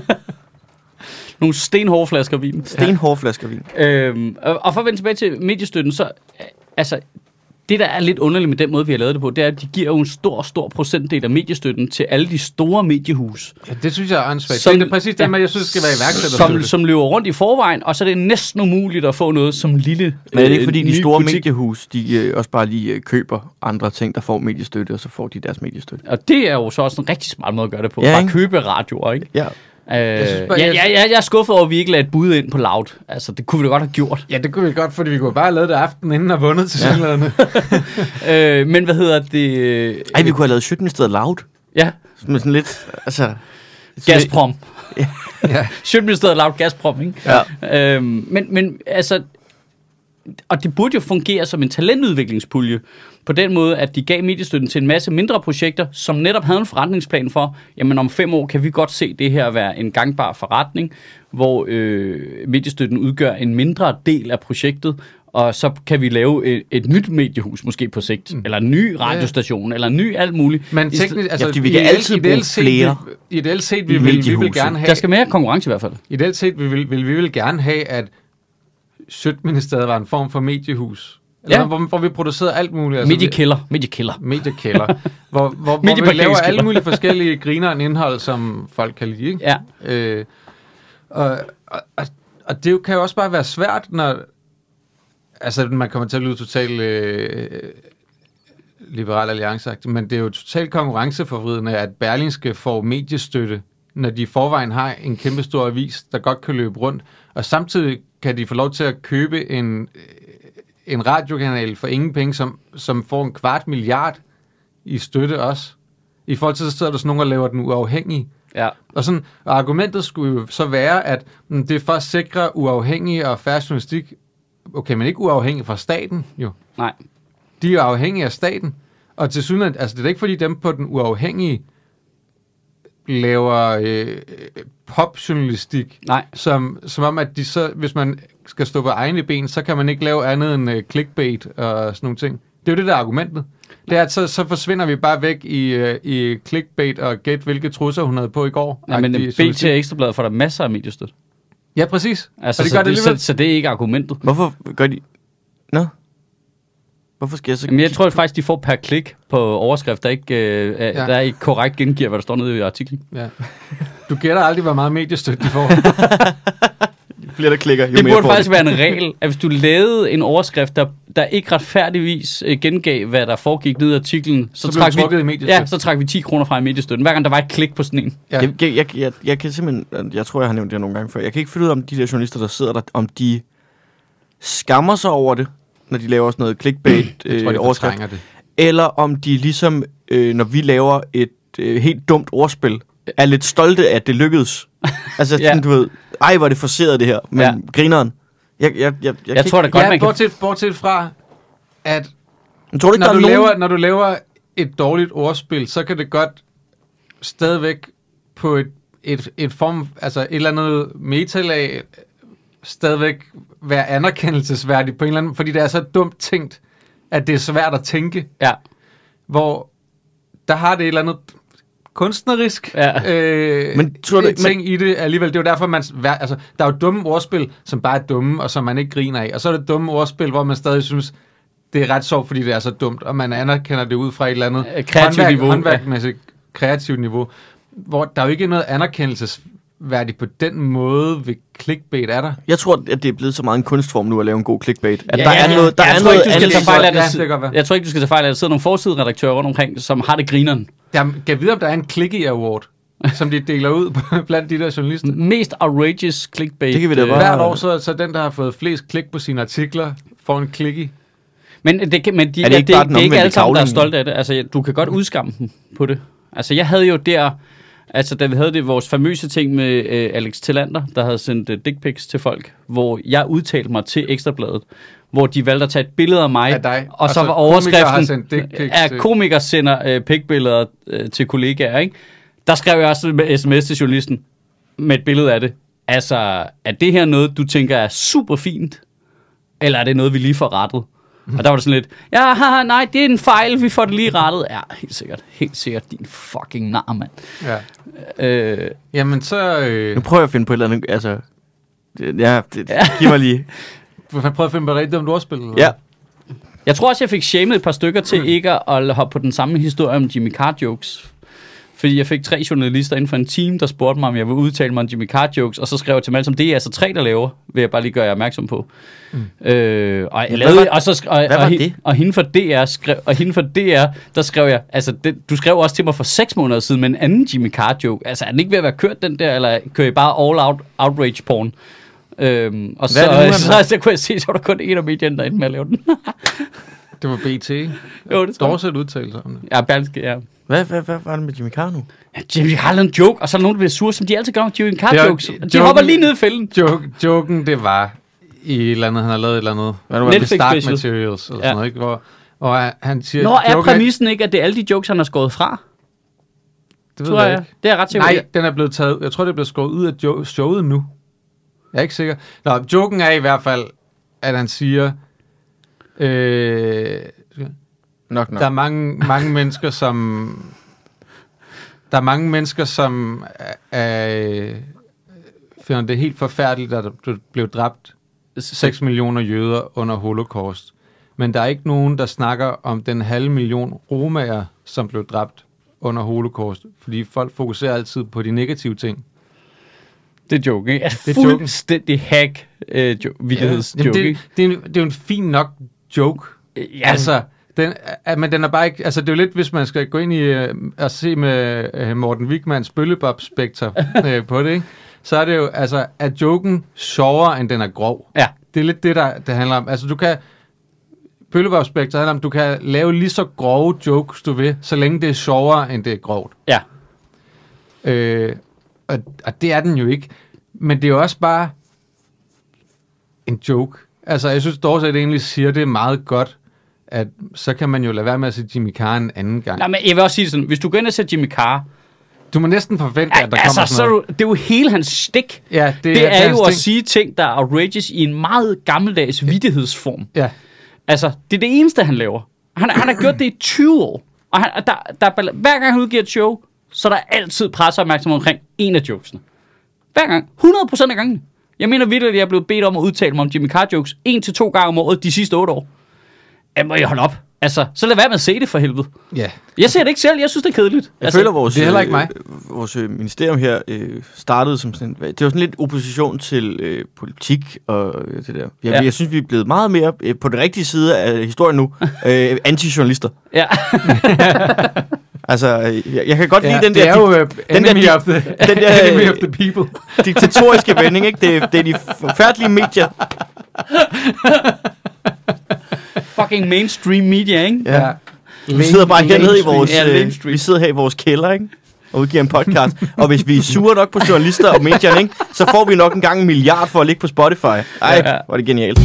Nogle stenhårde flasker vin. Stenhårde flasker vin. Øhm, og, og for at vende tilbage til mediestøtten, så altså, det der er lidt underligt med den måde, vi har lavet det på, det er, at de giver jo en stor, stor procentdel af mediestøtten til alle de store mediehus. Ja, det synes jeg er ansvarsfuldt. Det er det præcis det, ja, jeg synes, skal være iværksætter. Som, som løber rundt i forvejen, og så er det næsten umuligt at få noget som lille. Men er det ikke fordi, de store butik. mediehus, de øh, også bare lige øh, køber andre ting, der får mediestøtte, og så får de deres mediestøtte? Og det er jo så også en rigtig smart måde at gøre det på. Ja, bare købe radioer, ikke? Ja. Øh, jeg, synes bare, jeg, jeg, jeg, jeg er skuffet over, at vi ikke lagde et bud ind på Loud. Altså, det kunne vi da godt have gjort. Ja, det kunne vi godt, fordi vi kunne bare have lavet det aften inden og vundet til synligheden. Ja. øh, men hvad hedder det? Ej, vi kunne have lavet Sjøtministeriet Loud. Ja. Med sådan lidt, altså... Gazprom. Ja. Ja. Sjøtministeriet Loud Gazprom, ikke? Ja. Øhm, men, men altså... Og det burde jo fungere som en talentudviklingspulje, på den måde, at de gav mediestøtten til en masse mindre projekter, som netop havde en forretningsplan for, jamen om fem år kan vi godt se det her være en gangbar forretning, hvor øh, mediestøtten udgør en mindre del af projektet, og så kan vi lave et, et nyt mediehus måske på sigt, mm. eller en ny radiostation, ja. eller en ny alt muligt. Men teknisk, altså, ja, vi kan altid bruge flere. Ideelt set, vi vil, vi vil gerne have... Der skal mere konkurrence i hvert fald. Ideelt set, vi vil, vil vi vil gerne have, at Sjøtministeriet var en form for mediehus. Eller ja. hvor, hvor vi producerede alt muligt. Altså, mediekælder. Mediekælder. Mediekælder. hvor hvor, hvor vi laver alle mulige forskellige grineren indhold, som folk kan lide. Ikke? Ja. Øh, og, og, og det kan jo også bare være svært, når... Altså, man kommer til at lyde totalt øh, liberal allianceagtigt, men det er jo totalt konkurrenceforvridende, at Berlingske får mediestøtte, når de i forvejen har en kæmpe stor avis, der godt kan løbe rundt, og samtidig kan de få lov til at købe en, en radiokanal for ingen penge, som, som får en kvart milliard i støtte også. I forhold til, så sidder der sådan nogen, der laver den uafhængig. Ja. Og, sådan, og argumentet skulle jo så være, at mm, det er for at sikre uafhængig og fair journalistik. Okay, men ikke uafhængig fra staten, jo. Nej. De er jo afhængige af staten. Og til synligheden, altså det er ikke fordi dem på den uafhængige laver øh, popjournalistik, Nej. Som, som om, at de så, hvis man skal stå på egne ben, så kan man ikke lave andet end øh, clickbait og sådan nogle ting. Det er jo det der argumentet. Det er, at så, så forsvinder vi bare væk i, øh, i clickbait og gæt, hvilke trusser hun havde på i går. Ja, men B T Ekstrabladet får der masser af mediestøtte. Ja, præcis. Altså, og det gør så, det, så, så det er ikke argumentet. Hvorfor gør de... Nå? Hvorfor skal jeg så... Jamen, jeg tror at faktisk, de får per klik på overskrift, der ikke, øh, ja. der ikke korrekt gengiver, hvad der står nede i artiklen. Ja. Du gætter aldrig, hvor meget mediestøtte de får. Flere, der klikker, jo det mere burde faktisk være en regel, at hvis du lavede en overskrift, der, der ikke retfærdigvis øh, gengav, hvad der foregik nede i artiklen, så, så, træk vi, ja, så træk vi ti kroner fra i mediestøtten, hver gang der var et klik på sådan en. Ja. Jeg, jeg, jeg, jeg, jeg kan simpelthen... Jeg tror, jeg har nævnt det nogle gange før. Jeg kan ikke finde ud af, om de der journalister, der sidder der, om de skammer sig over det, når de laver sådan noget clickbait øh, tror, overskrift, det. Eller om de ligesom, øh, når vi laver et øh, helt dumt ordspil, er lidt stolte af, at det lykkedes. Altså sådan, ja. Du ved, ej, hvor er det forceret det her, men ja. Grineren. Jeg, jeg, jeg, jeg, jeg tror da godt, ja, man kan... Bortset, bortset fra, at tror du, når, du nogen... laver, når du laver et dårligt ordspil, så kan det godt stadigvæk på et, et, et form, altså et eller andet metalag, stadigvæk være anerkendelsesværdigt på en eller anden, fordi det er så dumt tænkt, at det er svært at tænke. Ja. Hvor der har det et eller andet kunstnerisk ja. øh, men, tror du, ting men... i det alligevel. Det er jo derfor, man... Altså, der er jo dumme ordspil, som bare er dumme, og som man ikke griner af. Og så er det dumme ordspil, hvor man stadig synes, det er ret sjovt, fordi det er så dumt, og man anerkender det ud fra et eller andet kreativt niveau. Håndværkmæssigt ja. kreativt niveau, hvor der er jo ikke noget anerkendelses værdigt på den måde ved clickbait er der. Jeg tror, at det er blevet så meget en kunstform nu at lave en god clickbait. At Ja, der ja, er ja. noget, der Jeg er tror noget ikke, du skal andet. tage fejl af det. Ja, det kan godt være. Jeg tror ikke, du skal tage fejl af, at der sidder nogle forsideredaktører rundt omkring, som har det grineren. Jeg kan vide, om der er en Clicky Award, som de deler ud blandt de der journalister. Mest outrageous clickbait. Det kan vi da øh, bare- Hvert år, så, så den, der har fået flest klik på sine artikler, får en Clicky. Men det, kan- men de, Er det ja, ikke det, bare det, den det er ikke omvendte alle sammen, der er kravling? stolte af det. Altså, du kan godt udskamme dem på det. Altså, jeg havde jo der... Altså, da vi havde det, vores famøse ting med øh, Alex Tillander, der havde sendt øh, dick pics til folk, hvor jeg udtalte mig til Ekstrabladet, hvor de valgte at tage et billede af mig, Af dig. og så Altså, var komikere har overskriften, sendt dick pics at til- komikere sender øh, pikbilleder øh, til kollegaer, ikke? Der skrev jeg også med sms til journalisten med et billede af det. Altså, er det her noget, du tænker er super fint, eller er det noget, vi lige får rettet? Og der var det sådan lidt, ja, haha, nej, det er en fejl, vi får det lige rettet. Ja, helt sikkert, helt sikkert, din fucking nar, mand. Ja. Øh, Jamen, så... Øh, Nu prøver jeg at finde på et eller andet. Altså, det, ja, det, giv mig lige. prøv at finde på det rigtigt, om du også spiller. Ja. jeg tror også, jeg fik shamed et par stykker til ikke at hoppe på den samme historie om Jimmy Carr jokes. Fordi jeg fik tre journalister inden for en team, der spurgte mig, om jeg ville udtale mig om Jimmy Carr jokes, og så skrev jeg til dem alle som det er altså tre, der laver, vil jeg bare lige gøre jer opmærksom på. Mm. Øh, og, jeg lavede, og, så, sk- og, Hvad var og, det? og hende for D R, skrev, og hende for D R, der skrev jeg, altså det, du skrev også til mig for seks måneder siden med en anden Jimmy Carr joke. Altså er den ikke ved at være kørt den der, eller kører I bare all out outrage porn? Øhm, og så, Hvad er det nu, så, han så, så kunne jeg se, så var der kun en af medierne, der endte med at lave den. Det var B T. Jo, det tror jeg. Dorset udtalelse om det. Ja, Berlingske, ja. Hvad, hvad, hvad var det med Jimmy Carr nu? Ja, Jimmy Carr lavede en joke, og så er der nogen, der bliver sure, som de altid gør med Jimmy Carr Det er- jokes. De joken- hopper lige ned i fælden. Joke, joken, det var i et eller andet, han har lavet et eller andet. Hvad nu, Netflix Stark special. Materials, eller Ja. sådan noget, ikke? Hvor, og han- han siger... Nå, er joken præmissen ikke, at det er alle de jokes, han har skåret fra? Det ved Tror jeg jeg. ikke. Det er jeg ret sikker Nej, på. den er blevet taget... Jeg tror, det er blevet skåret ud af jo- showet nu. Jeg er ikke sikker. Nå, joken er i hvert fald, at han siger... Øh, Nok, nok. der er mange, mange mennesker, som... Der er mange mennesker, som er, finder det helt forfærdeligt, at der blev dræbt seks millioner jøder under holocaust. Men der er ikke nogen, der snakker om den halve million romager, som blev dræbt under holocaust. Fordi folk fokuserer altid på de negative ting. Det er joke, ikke? Altså, Det er joken. fuldstændig hack øh, jo, vittighedsjoke, Jamen, ikke? det, det, er en, det er jo en fin nok joke. Ja, Altså, den, er, men den er bare ikke... Altså, det er jo lidt, hvis man skal gå ind i uh, og se med uh, Morten Wigmans bøllebop-spekter uh, på det, ikke? Så er det jo, altså, at joken sjovere, end den er grov. ja. Det er lidt det, der det handler om. Altså, du kan... Bøllebop-spekter handler om, du kan lave lige så grove jokes, du vil, så længe det er sjovere, end det er grovt. Ja. Øh, og, og det er den jo ikke. Men det er jo også bare en joke. Altså, jeg synes, Dorset egentlig siger det meget godt, at så kan man jo lade være med at se Jimmy Carr en anden gang. Nej, men jeg vil også sige sådan, hvis du går ind og ser Jimmy Carr, Du må næsten forvente, ja, at der altså, kommer så sådan er noget. du, det er jo hele hans stik. Ja, det, Det, det er, hans jo at ting. sige ting, der er outrageous i en meget gammeldags vittighedsform. Ja, Altså, det er det eneste, han laver. Han, han har gjort det i tyve år. Og han, der, der, er- hver gang han udgiver et show, så er der altid presseopmærksomhed omkring en af jokesene. Hver gang. hundrede procent af gangen. Jeg mener virkelig, at jeg er blevet bedt om at udtale mig om Jimmy Carr jokes en til to gange om året de sidste otte år. Jeg må jeg holde op. Altså, så lad være med at se det for helvede. ja. Jeg ser det ikke selv, jeg synes, det er kedeligt. Jeg altså, føler, vores, det er heller ikke mig. Øh, vores øh, ministerium her øh, startede som sådan... Det var sådan lidt opposition til øh, politik og øh, det der. Jeg, Ja. jeg synes, vi er blevet meget mere øh, på den rigtige side af historien nu. øh, anti-journalister. Ja. Altså, øh, jeg, jeg kan godt ja lide den det der... er jo uh, den enemy, der- of the, den der- enemy of the people. diktatoriske vending, ikke? Det, det er de forfærdelige medier. Fucking mainstream media, ikke? Ja. Vi sidder bare hernede i vores, Ja, øh, mainstream. vi sidder her i vores kælder, ikke? Og udgiver en podcast. Og hvis vi er sure nok på journalister og medierne, ikke? Så får vi nok engang en milliard for at ligge på Spotify. Ej, Ja. hvor er det genialt.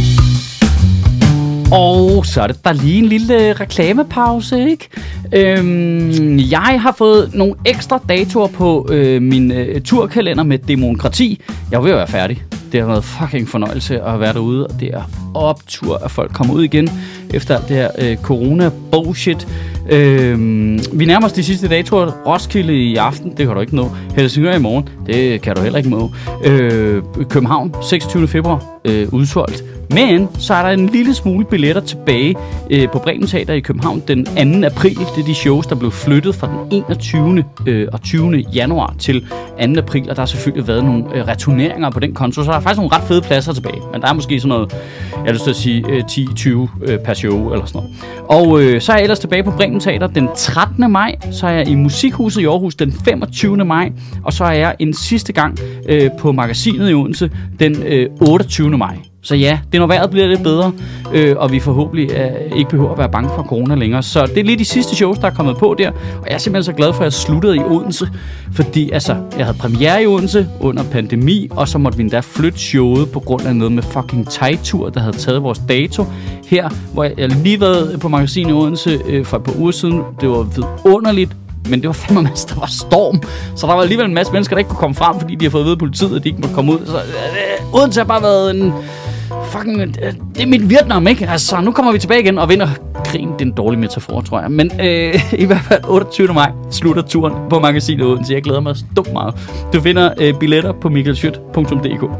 Og så er det bare lige en lille reklamepause, ikke? Øhm, jeg har fået nogle ekstra datoer på øh, min øh, turkalender med demokrati. Jeg er ved at være færdig. Det har været fucking fornøjelse at være derude, og det er optur, at folk kommer ud igen efter alt det her øh, corona-bullshit. Øhm, vi nærmer os de sidste datoer. Roskilde i aften, det kan du ikke nå. Helsingør i morgen, det kan du heller ikke nå. Øh, København, seksogtyvende februar, øh, udsolgt. Men så er der en lille smule billetter tilbage øh, på Bremen Teater i København den anden april. Det er de shows, der blev flyttet fra den enogtyvende Øh, og tyvende januar til anden april, og der har selvfølgelig været nogle øh, returneringer på den konto, så der er faktisk nogle ret fede pladser tilbage. Men der er måske sådan noget, jeg har lyst til at sige, øh, ti til tyve øh, per show eller sådan noget. Og øh, så er jeg ellers tilbage på Bremen Teater den trettende maj, så er jeg i Musikhuset i Aarhus den femogtyvende maj, og så er jeg en sidste gang øh, på Magasinet i Odense den øh, otteogtyvende maj. Så ja, det når vejret bliver lidt bedre, øh, og vi forhåbentlig øh, ikke behøver at være bange for corona længere. Så det er lige de sidste shows, der er kommet på der, og jeg er simpelthen så glad for, at jeg sluttede i Odense, fordi altså, jeg havde premiere i Odense under pandemi, og så måtte vi endda flytte showet på grund af noget med fucking Thai-tur, der havde taget vores dato her, hvor jeg, jeg lige været på Magasinet i Odense øh, for et par uger siden. Det var vidunderligt. Men det var fandme masse, der var storm. Så der var alligevel en masse mennesker, der ikke kunne komme frem, fordi de har fået at vide af politiet, at de ikke måtte komme ud. Så øh, Odense har bare været en fucking... Øh, det er mit Vietnam, ikke? Altså, nu kommer vi tilbage igen og vinder krigen. Det er en dårlig metafor, tror jeg. Men øh, i hvert fald otteogtyvende maj slutter turen på Magasinet Odense. Jeg glæder mig stumt meget. Du finder øh, billetter på michael schødt punktum d k.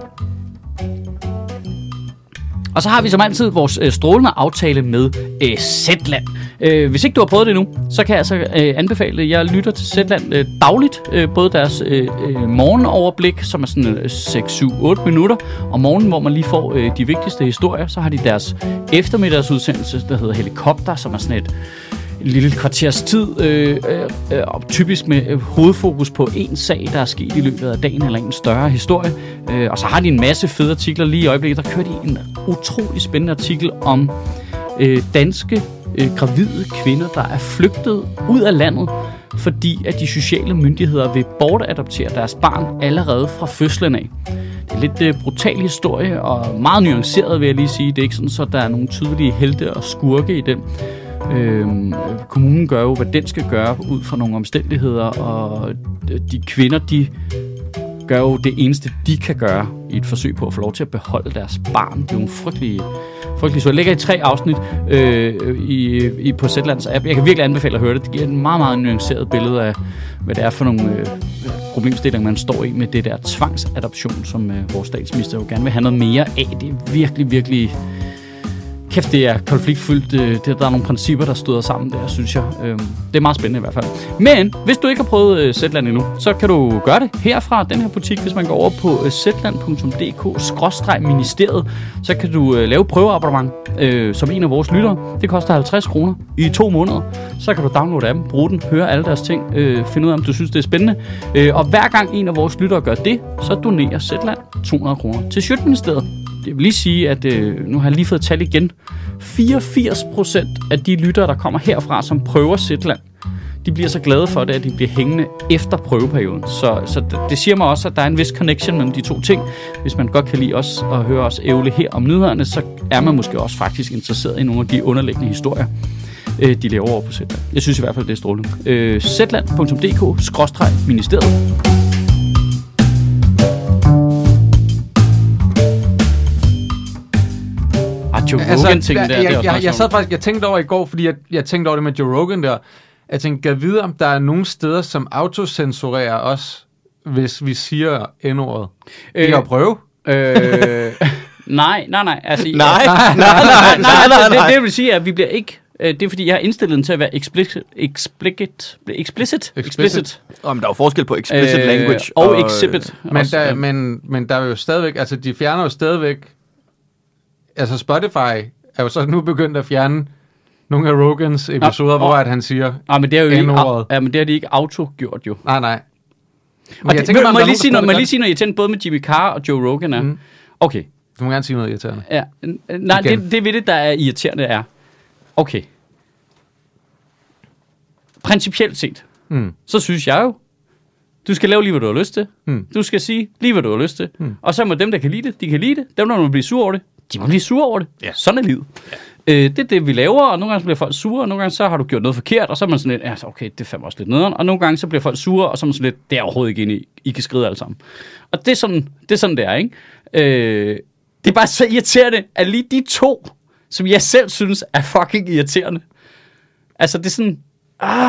Og så har vi som altid vores øh, strålende aftale med øh, Zetland. Øh, hvis ikke du har prøvet det endnu, så kan jeg altså øh, anbefale, jeg lytter til Zetland øh, dagligt. Øh, både deres øh, øh, morgenoverblik, som er sådan øh, seks, syv, otte minutter om morgenen, hvor man lige får øh, de vigtigste historier. Så har de deres eftermiddagsudsendelse, der hedder Helikopter, som er sådan et en lille kvarters tid, øh, øh, typisk med øh, hovedfokus på en sag, der er sket i løbet af dagen, eller en større historie. Øh, og så har de en masse fede artikler lige i øjeblikket. Der kører de en utrolig spændende artikel om øh, danske øh, gravide kvinder, der er flygtet ud af landet, fordi at de sociale myndigheder vil bortadoptere deres barn allerede fra fødslen af. Det er lidt øh, brutal historie, og meget nuanceret, vil jeg lige sige. Det er ikke sådan, så der er nogle tydelige helte og skurke i den. Øhm, kommunen gør jo, hvad den skal gøre ud fra nogle omstændigheder, og de kvinder, de gør jo det eneste, de kan gøre i et forsøg på at få lov til at beholde deres barn. Det er jo en frygtelig, frygtelig så jeg lægger i tre afsnit øh, i, i, på Zetlands app. Jeg kan virkelig anbefale at høre det. Det giver et meget, meget nuanceret billede af, hvad det er for nogle øh, problemstillinger, man står i med det der tvangsadoption, som øh, vores statsminister jo gerne vil have noget mere af. Det er virkelig, virkelig... Kæft, det er konfliktfyldt. Der er nogle principper, der støder sammen der, synes jeg. Det er meget spændende i hvert fald. Men hvis du ikke har prøvet Zetland endnu, så kan du gøre det herfra, den her butik. Hvis man går over på zetland punktum d k skråstreg ministeriet, så kan du lave prøveabonnement øh, som en af vores lyttere. Det koster halvtreds kroner i to måneder. Så kan du downloade appen, bruge den, høre alle deres ting, øh, finde ud af, om du synes, det er spændende. Øh, og hver gang en af vores lyttere gør det, så donerer Zetland to hundrede kroner til Sjøtministeriet. Jeg vil lige sige, at øh, nu har jeg lige fået tal igen. fireogfirs procent af de lyttere, der kommer herfra, som prøver Zetland, de bliver så glade for det, at de bliver hængende efter prøveperioden. Så, så det, det siger mig også, at der er en vis connection mellem de to ting. Hvis man godt kan lide os at høre os ævle her om nyhederne, så er man måske også faktisk interesseret i nogle af de underliggende historier, øh, de laver over på Zetland. Jeg synes i hvert fald, det er strålende. Øh, zetland punktum d k skråstreg ministeriet. Joe Rogan altså, ting der, jeg, jeg, jeg, jeg sad faktisk, jeg tænkte over i går, fordi jeg, jeg tænkte over det med Joe Rogan der. Jeg tænkte, kan jeg vide, om der er nogle steder, som autocensurerer os, hvis vi siger N-ordet? Øh, vi kan prøve. Øh, nej, nej, nej. Altså, nej, nej, nej, nej, nej, nej, nej. Det, det vil sige, at vi bliver ikke... Det er fordi, jeg har indstillet den til at være explicit. Explicit. Explicit. explicit. Oh, men der er jo forskel på explicit øh, language og, og exhibit. Men der, ja. men, men der er jo stadigvæk... Altså, de fjerner jo stadigvæk... Altså Spotify er jo så nu begyndt at fjerne nogle af Rogans episoder, ja, hvor at han siger ja, men det er jo ikke, ja, men det har de ikke auto-gjort jo. Nej, nej. Og det, tænker, må, må jeg lige sige noget, lige sige noget irriterende både med Jimmy Carr og Joe Rogan er? Mm. Okay. Du må gerne sige noget irriterende. Ja. Nej, det, det ved det, der er irriterende er. Okay. Principielt set, mm. så synes jeg jo, du skal lave lige, hvad du har lyst til. Mm. Du skal sige lige, hvad du har lyst til. Mm. Og så må dem, der kan lide det, de kan lide det. Dem, der må blive sure over det, de må blive sure over det. Ja. Sådan er livet. Ja. Øh, det er det, vi laver, og nogle gange så bliver folk sure, og nogle gange så har du gjort noget forkert, og så er man sådan lidt, ja, okay, det er fandme også lidt nederen. Og nogle gange så bliver folk sure, og så er man sådan lidt, det er overhovedet ikke inde i, I kan skride alle sammen. Og det er sådan, det er, sådan, det er, ikke? Øh, det er bare så irriterende, at lige de to, som jeg selv synes er fucking irriterende. Altså, det er sådan, ah...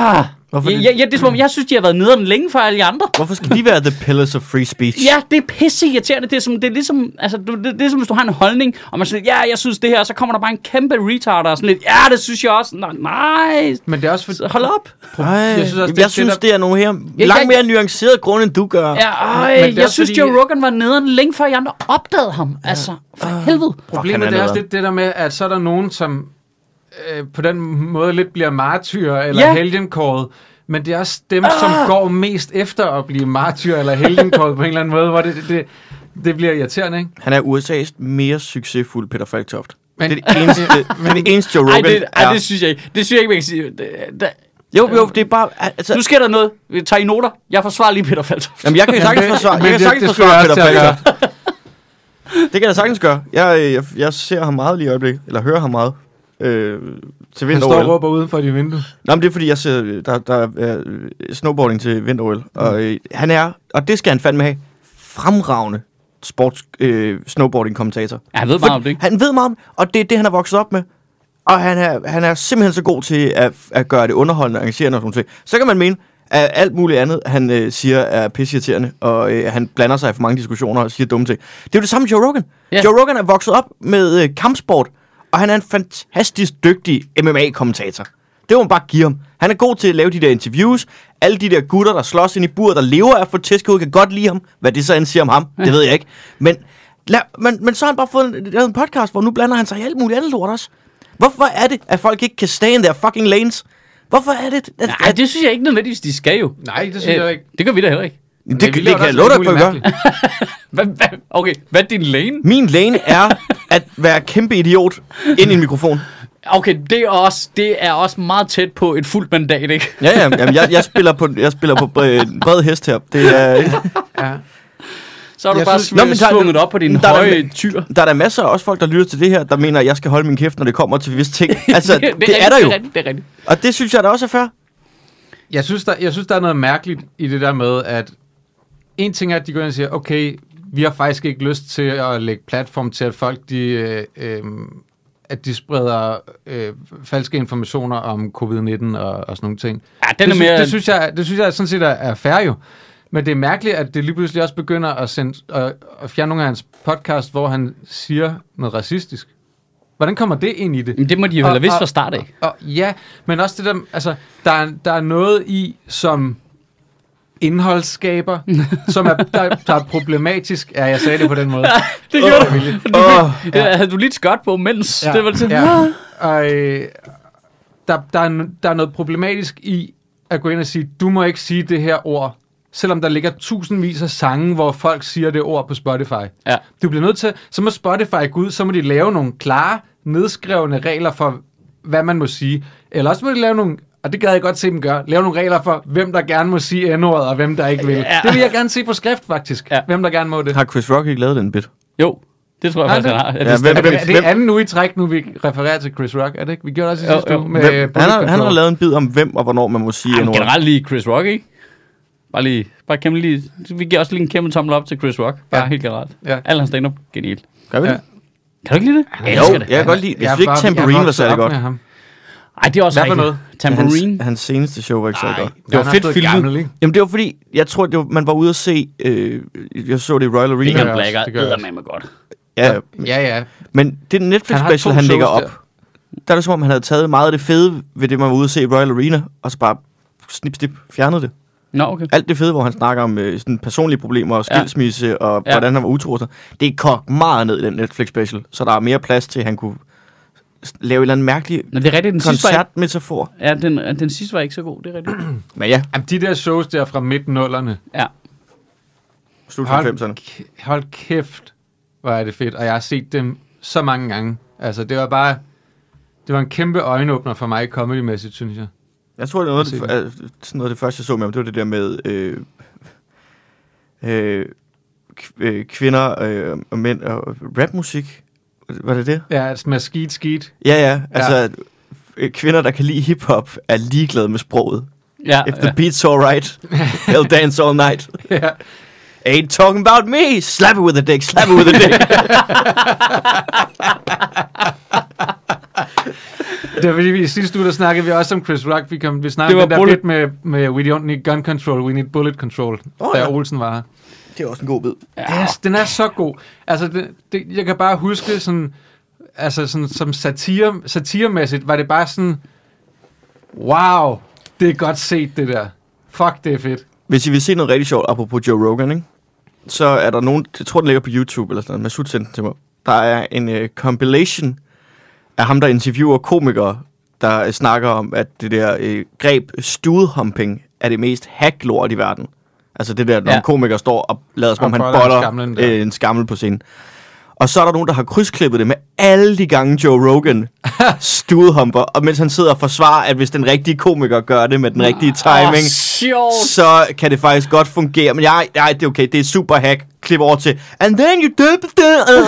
Hvorfor Ja, det? ja, ja, det er som om, jeg synes, de har været nederen længe for alle de andre. Hvorfor skal de være the pillars of free speech? Ja, det er pisse irriterende. Det er, som, det er ligesom, altså, det, det, det er som, hvis du har en holdning, og man siger, ja, jeg synes det her, og så kommer der bare en kæmpe retard, og sådan lidt, ja, det synes jeg også. Nej, nej. Men det er også for... Så hold op. Ej, Jeg jeg synes synes, også, det, det- jeg synes det det er nogle her Ja, langt jeg- mere nuanceret grund, end du gør. Ja, Men ej, det er jeg også synes, fordi- Joe Rogan var nederen længe før I andre opdagede ham. Altså, for helvede. Problemet han er det er også nederen. det, det der med, at så er der nogen, som øh, på den måde lidt bliver martyr eller Ja. helgenkåret. Men det er også dem, ah. som går mest efter at blive martyr eller helgenkåret på en eller anden måde, hvor det, det, det, det bliver irriterende, ikke? Han er U S A's mere succesfulde Peter Falktoft. Men- Det er det eneste, det, er det eneste Joe Ej, Rogan det, ej, er. det synes jeg ikke. Det synes jeg ikke, man kan sige. Det, det, Jo, jo, det er bare... Altså, nu sker der noget. Vi tager I noter. Jeg forsvarer lige Peter Faltoft. jamen, jeg kan sagtens det- forsvare, men jeg kan det- sagtens det skulle forsvare jeg også Peter til at Falktoft. Det kan jeg sagtens gøre. Jeg, jeg, jeg ser ham meget lige i øjeblikket, eller hører ham meget øh, til Han står og vinter-O L. råber uden for dit vindue. Nå, men det er fordi, jeg ser, der, der er øh, snowboarding til vinter-O L, og øh, han er, og det skal han fandme have, fremragende sports øh, snowboarding-kommentator. Ja, jeg ved meget om det, ikke? Han ved meget om, og det er det, han er vokset op med. Og han er, han er simpelthen så god til at, at gøre det underholdende og engagerende og sådan noget. Så kan man mene, at alt muligt andet, han øh, siger, er pisseirriterende, og øh, han blander sig i for mange diskussioner og siger dumme ting. Det er jo det samme med Joe Rogan. Ja. Joe Rogan er vokset op med øh, kampsport, og han er en fantastisk dygtig M M A-kommentator. Det må man bare give ham. Han er god til at lave de der interviews. Alle de der gutter, der slås ind i buret, der lever af at få tæsket ud, kan godt lide ham. Hvad det så end siger om ham, det ved jeg ikke. Men, la, men, men så har han bare fået en, lavet en podcast, hvor nu blander han sig i alt muligt andet lort også. Hvorfor er det, at folk ikke kan stay in their fucking lanes? Hvorfor er det, at... Nej, det synes jeg ikke nødvendigvis, de skal jo. Nej, det synes jeg ikke. Det gør vi da heller ikke. det, Men det, vi det laver kan jeg også love dig alt for, at muligt gøre. Hvad, hvad, okay, hvad er din lane? Min lane er at være kæmpe idiot ind i en mikrofon. Okay, det er også, det er også meget tæt på et fuldt mandat, ikke? Ja, ja, jamen, jeg, jeg spiller på, jeg spiller på bred, bred hest her. Det er... Ja. Så har du Jeg bare synes- sv- Nå, men der er- svunget op på din der er- høje tyr. Der er der masser af også folk, der lytter til det her, der mener, at jeg skal holde min kæft, når det kommer til visse ting. Altså, det, det, det er der jo. Det er rigtigt, det er rigtigt. Og det synes jeg da også er fair. Jeg synes, der, jeg synes, der er noget mærkeligt i det der med, at en ting er, at de går ind og siger, okay, vi har faktisk ikke lyst til at lægge platform til, at folk de, øh, øh, at de spreder øh, falske informationer om covid nitten og, og sådan nogle ting. Ja, den er det, mere... synes, det, synes jeg, det synes jeg sådan set er, er fair jo. Men det er mærkeligt, at det lige pludselig også begynder at, sende, at, at fjerne nogle af hans podcast, hvor han siger noget racistisk. Hvordan kommer det ind i det? Men det må de jo Og- have vidst og- fra start af. Og, ja, men også det der, altså, der er, der er noget i, som indholdsskaber, som er, der, der er problematisk. Ja, jeg sagde det på den måde. Det gjorde Åh, du. vildt. Du Åh. fik- ja. Havde du lige et skørt på, mens Ja, det var det til? ja. Og, øh, der, der, er, der er noget problematisk i at gå ind og sige, du må ikke sige det her ord, selvom der ligger tusindvis af sange, hvor folk siger det ord på Spotify. Ja. Du bliver nødt til, så må Spotify gå ud, så må de lave nogle klare, nedskrevne regler for, hvad man må sige. Eller også må de lave nogle, og det gad jeg godt se dem gøre, lave nogle regler for, hvem der gerne må sige n-ordet, og hvem der ikke vil. Ja. Det vil jeg gerne se på skrift, faktisk. Ja. Hvem der gerne må det. Har Chris Rock ikke lavet den bit? Jo, det tror jeg Nej, faktisk, det- han har. Ja, Ja, det hvem- stemmer. Er det, er det hvem- anden uge i træk, nu vi refererer til Chris Rock? Er det ikke? Vi gjorde det også i Jo, sidste jo. uge med Hvem, øh, han, Bullet har, han har Control. lavet en bid om, hvem og hvornår man må sige Ej, men noget. generelt lige Chris Rock, ikke? Bare lige, bare kæmpe lige, vi giver også lige en kæmpe tommel op til Chris Rock. Bare Ja. helt generelt. Ja. Alle hans stand-up, genialt. Gør vi Ja. det? Kan du ikke lide det? Ja, Jeg Jo, elsker det. jeg kan godt lide. Jeg er synes ikke, bare- Tambourine jeg er var særlig vokset op godt. med ham. Ej, det er også Hvad for rigtigt. noget? Tambourine. Hans, hans seneste show var ikke særlig Nej, godt. Det var han er fedt blevet filmet. gammel, ikke? Jamen det var fordi, jeg tror, det var, man var ude at se, øh, jeg så det i Royal Det Arena. kan jeg også, Blacker det gør jeg også. eddermame godt. Ja, Ja, ja. men det Netflix Han har special, to han lægger shows op, der er det som om, han havde taget meget af det fede ved det, man var ude at se i Royal Arena, og så bare snip, snip, fjernet det. Nå, okay. Alt det fede, hvor han snakker om øh, sådan personlige problemer og Ja. skilsmisse, og Ja. hvordan han var utro og sådan. Det er kogt meget ned i den Netflix special, så der er mere plads til, at han kunne s- lave en eller anden mærkelig Nå, det er rigtigt, den sidste var ikke, koncertmetafor. ja, den, den sidste var ikke så god, det er rigtigt. Men ja, Jamen, de der shows der fra midt-nullerne. Ja. slut Hold, halvfemserne. k- hold kæft, hvor er det fedt. Og jeg har set dem så mange gange. Altså, det var bare... Det var en kæmpe øjenåbner for mig comedy-mæssigt, synes jeg. Jeg tror, det var noget, af Se det, f- øh, sådan noget af det første, jeg så med ham. Det var det der med øh, øh, k- øh, kvinder øh, og mænd og rapmusik. Var det det? Ja, altså med skidt, skidt. Ja, ja. Altså, ja. Kvinder, der kan lide hiphop, er ligeglade med sproget. Ja, If the ja. beat's alright, they'll dance all night. Ja. Ain't talking about me. Slap it with a dick. Slap it with a dick. Det var fordi, vi i sidste uge, der snakkede vi også om Chris Rock. Vi, kom, vi snakkede om den der bit med, med We don't need gun control, we need bullet control, oh, da ja. Olsen var her. Det er også en god bid. Ja, yes, den er så god. Altså, det, det, jeg kan bare huske sådan, altså sådan, som satire, satiremæssigt, var det bare sådan, wow, det er godt set, det der. Fuck, det er fedt. Hvis I vil se noget rigtig sjovt, apropos Joe Rogan, ikke? Så er der nogen, jeg tror, den ligger på YouTube eller sådan noget, Masud sendte til mig. Der er en uh, compilation af ham, der interviewer komikere, der uh, snakker om, at det der uh, greb stool-humping er det mest hacklort i verden. Altså det der, når ja. en komiker står og lader som om han boller en, øh, en skammel på scenen. Og så er der nogen, der har krydsklippet det med alle de gange Joe Rogan stoolhumper, og mens han sidder og forsvarer, at hvis den rigtige komiker gør det med den rigtige timing, oh, så kan det faktisk godt fungere. Men nej, nej, det er okay, det er super hack. Klip over til, and then you do it.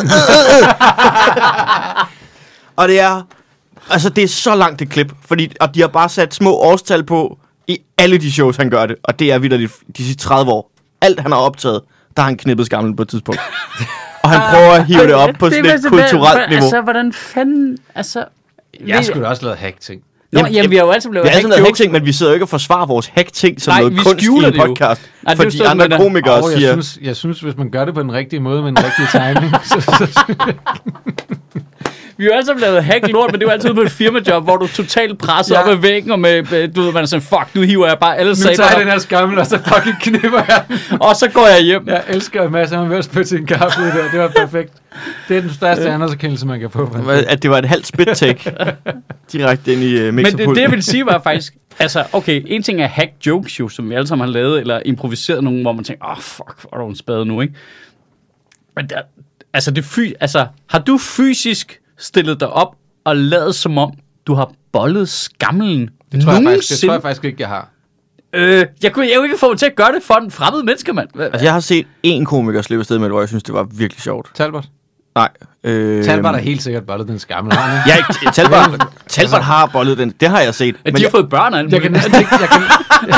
Og det er, altså det er så langt det klip, fordi, og de har bare sat små årstal på, i alle de shows, han gør det. Og det er vitterligt de sidste tredive år. Alt, han har optaget, der har han knippet skammel på et tidspunkt. Og han prøver at hive det op på sådan et kulturelt niveau. Altså, hvordan fanden... Altså, jeg skulle da også lave hack-ting. Nå, jamen, jamen, vi har jo altid lavet hack-ting. Vi har altid lavet hack-ting, men vi sidder jo ikke og forsvarer vores hack-ting som Nej, noget kunst i en podcast. Nej, fordi andre komikere oh, siger... Jeg synes, jeg synes, hvis man gør det på den rigtige måde, med den rigtige timing, så... så vi har jo altid lavet hack-lort, men det er jo altid på et firmajob, hvor du totalt presser ja. op ad væggen, og med, du ved, man er sådan, fuck, nu hiver jeg bare alle sager. Nu tager jeg den her skammel, og så fucking knipper jeg den. Og så går jeg hjem. Jeg elsker en masse, han vil spytte sin kaffe ud der. Det var perfekt. Det er den største ja. anerkendelse, man kan få. At det var et halvt spit-take direkte ind i uh, mixerpulten. Men det, det, jeg ville sige, var faktisk, altså, okay, en ting er hack-jokes jo, som vi alle sammen har lavet, eller improviseret nogen, hvor man tænker, åh, oh, fuck, hvor er du en spade nu, ikke? Men der, altså, det fy, altså, har du fysisk stillet dig op og lavet som om, du har bollet skammelen? Det tror, jeg faktisk, det tror jeg faktisk ikke, jeg har. Øh, jeg kunne jo ikke få mig til at gøre det for en fremmed menneske, mand. Altså, jeg har set én komiker slippe afsted med det, hvor jeg synes, det var virkelig sjovt. Talbot? Nej. Øh, Talbot har helt sikkert bollet den skammel. Ja, Talbot, Talbot har bollet den. Det har jeg set. Men de har jeg, fået børn af den. Jeg kan næsten ikke... Jeg kan,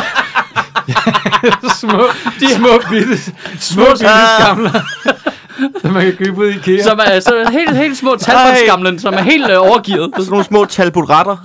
små, de små bitte, små bitte skamler. Som man kan købe ud i IKEA. Som er så helt, helt små talbot-skamlen, som er helt øh, overgivet. Sådan nogle små talbot-retter.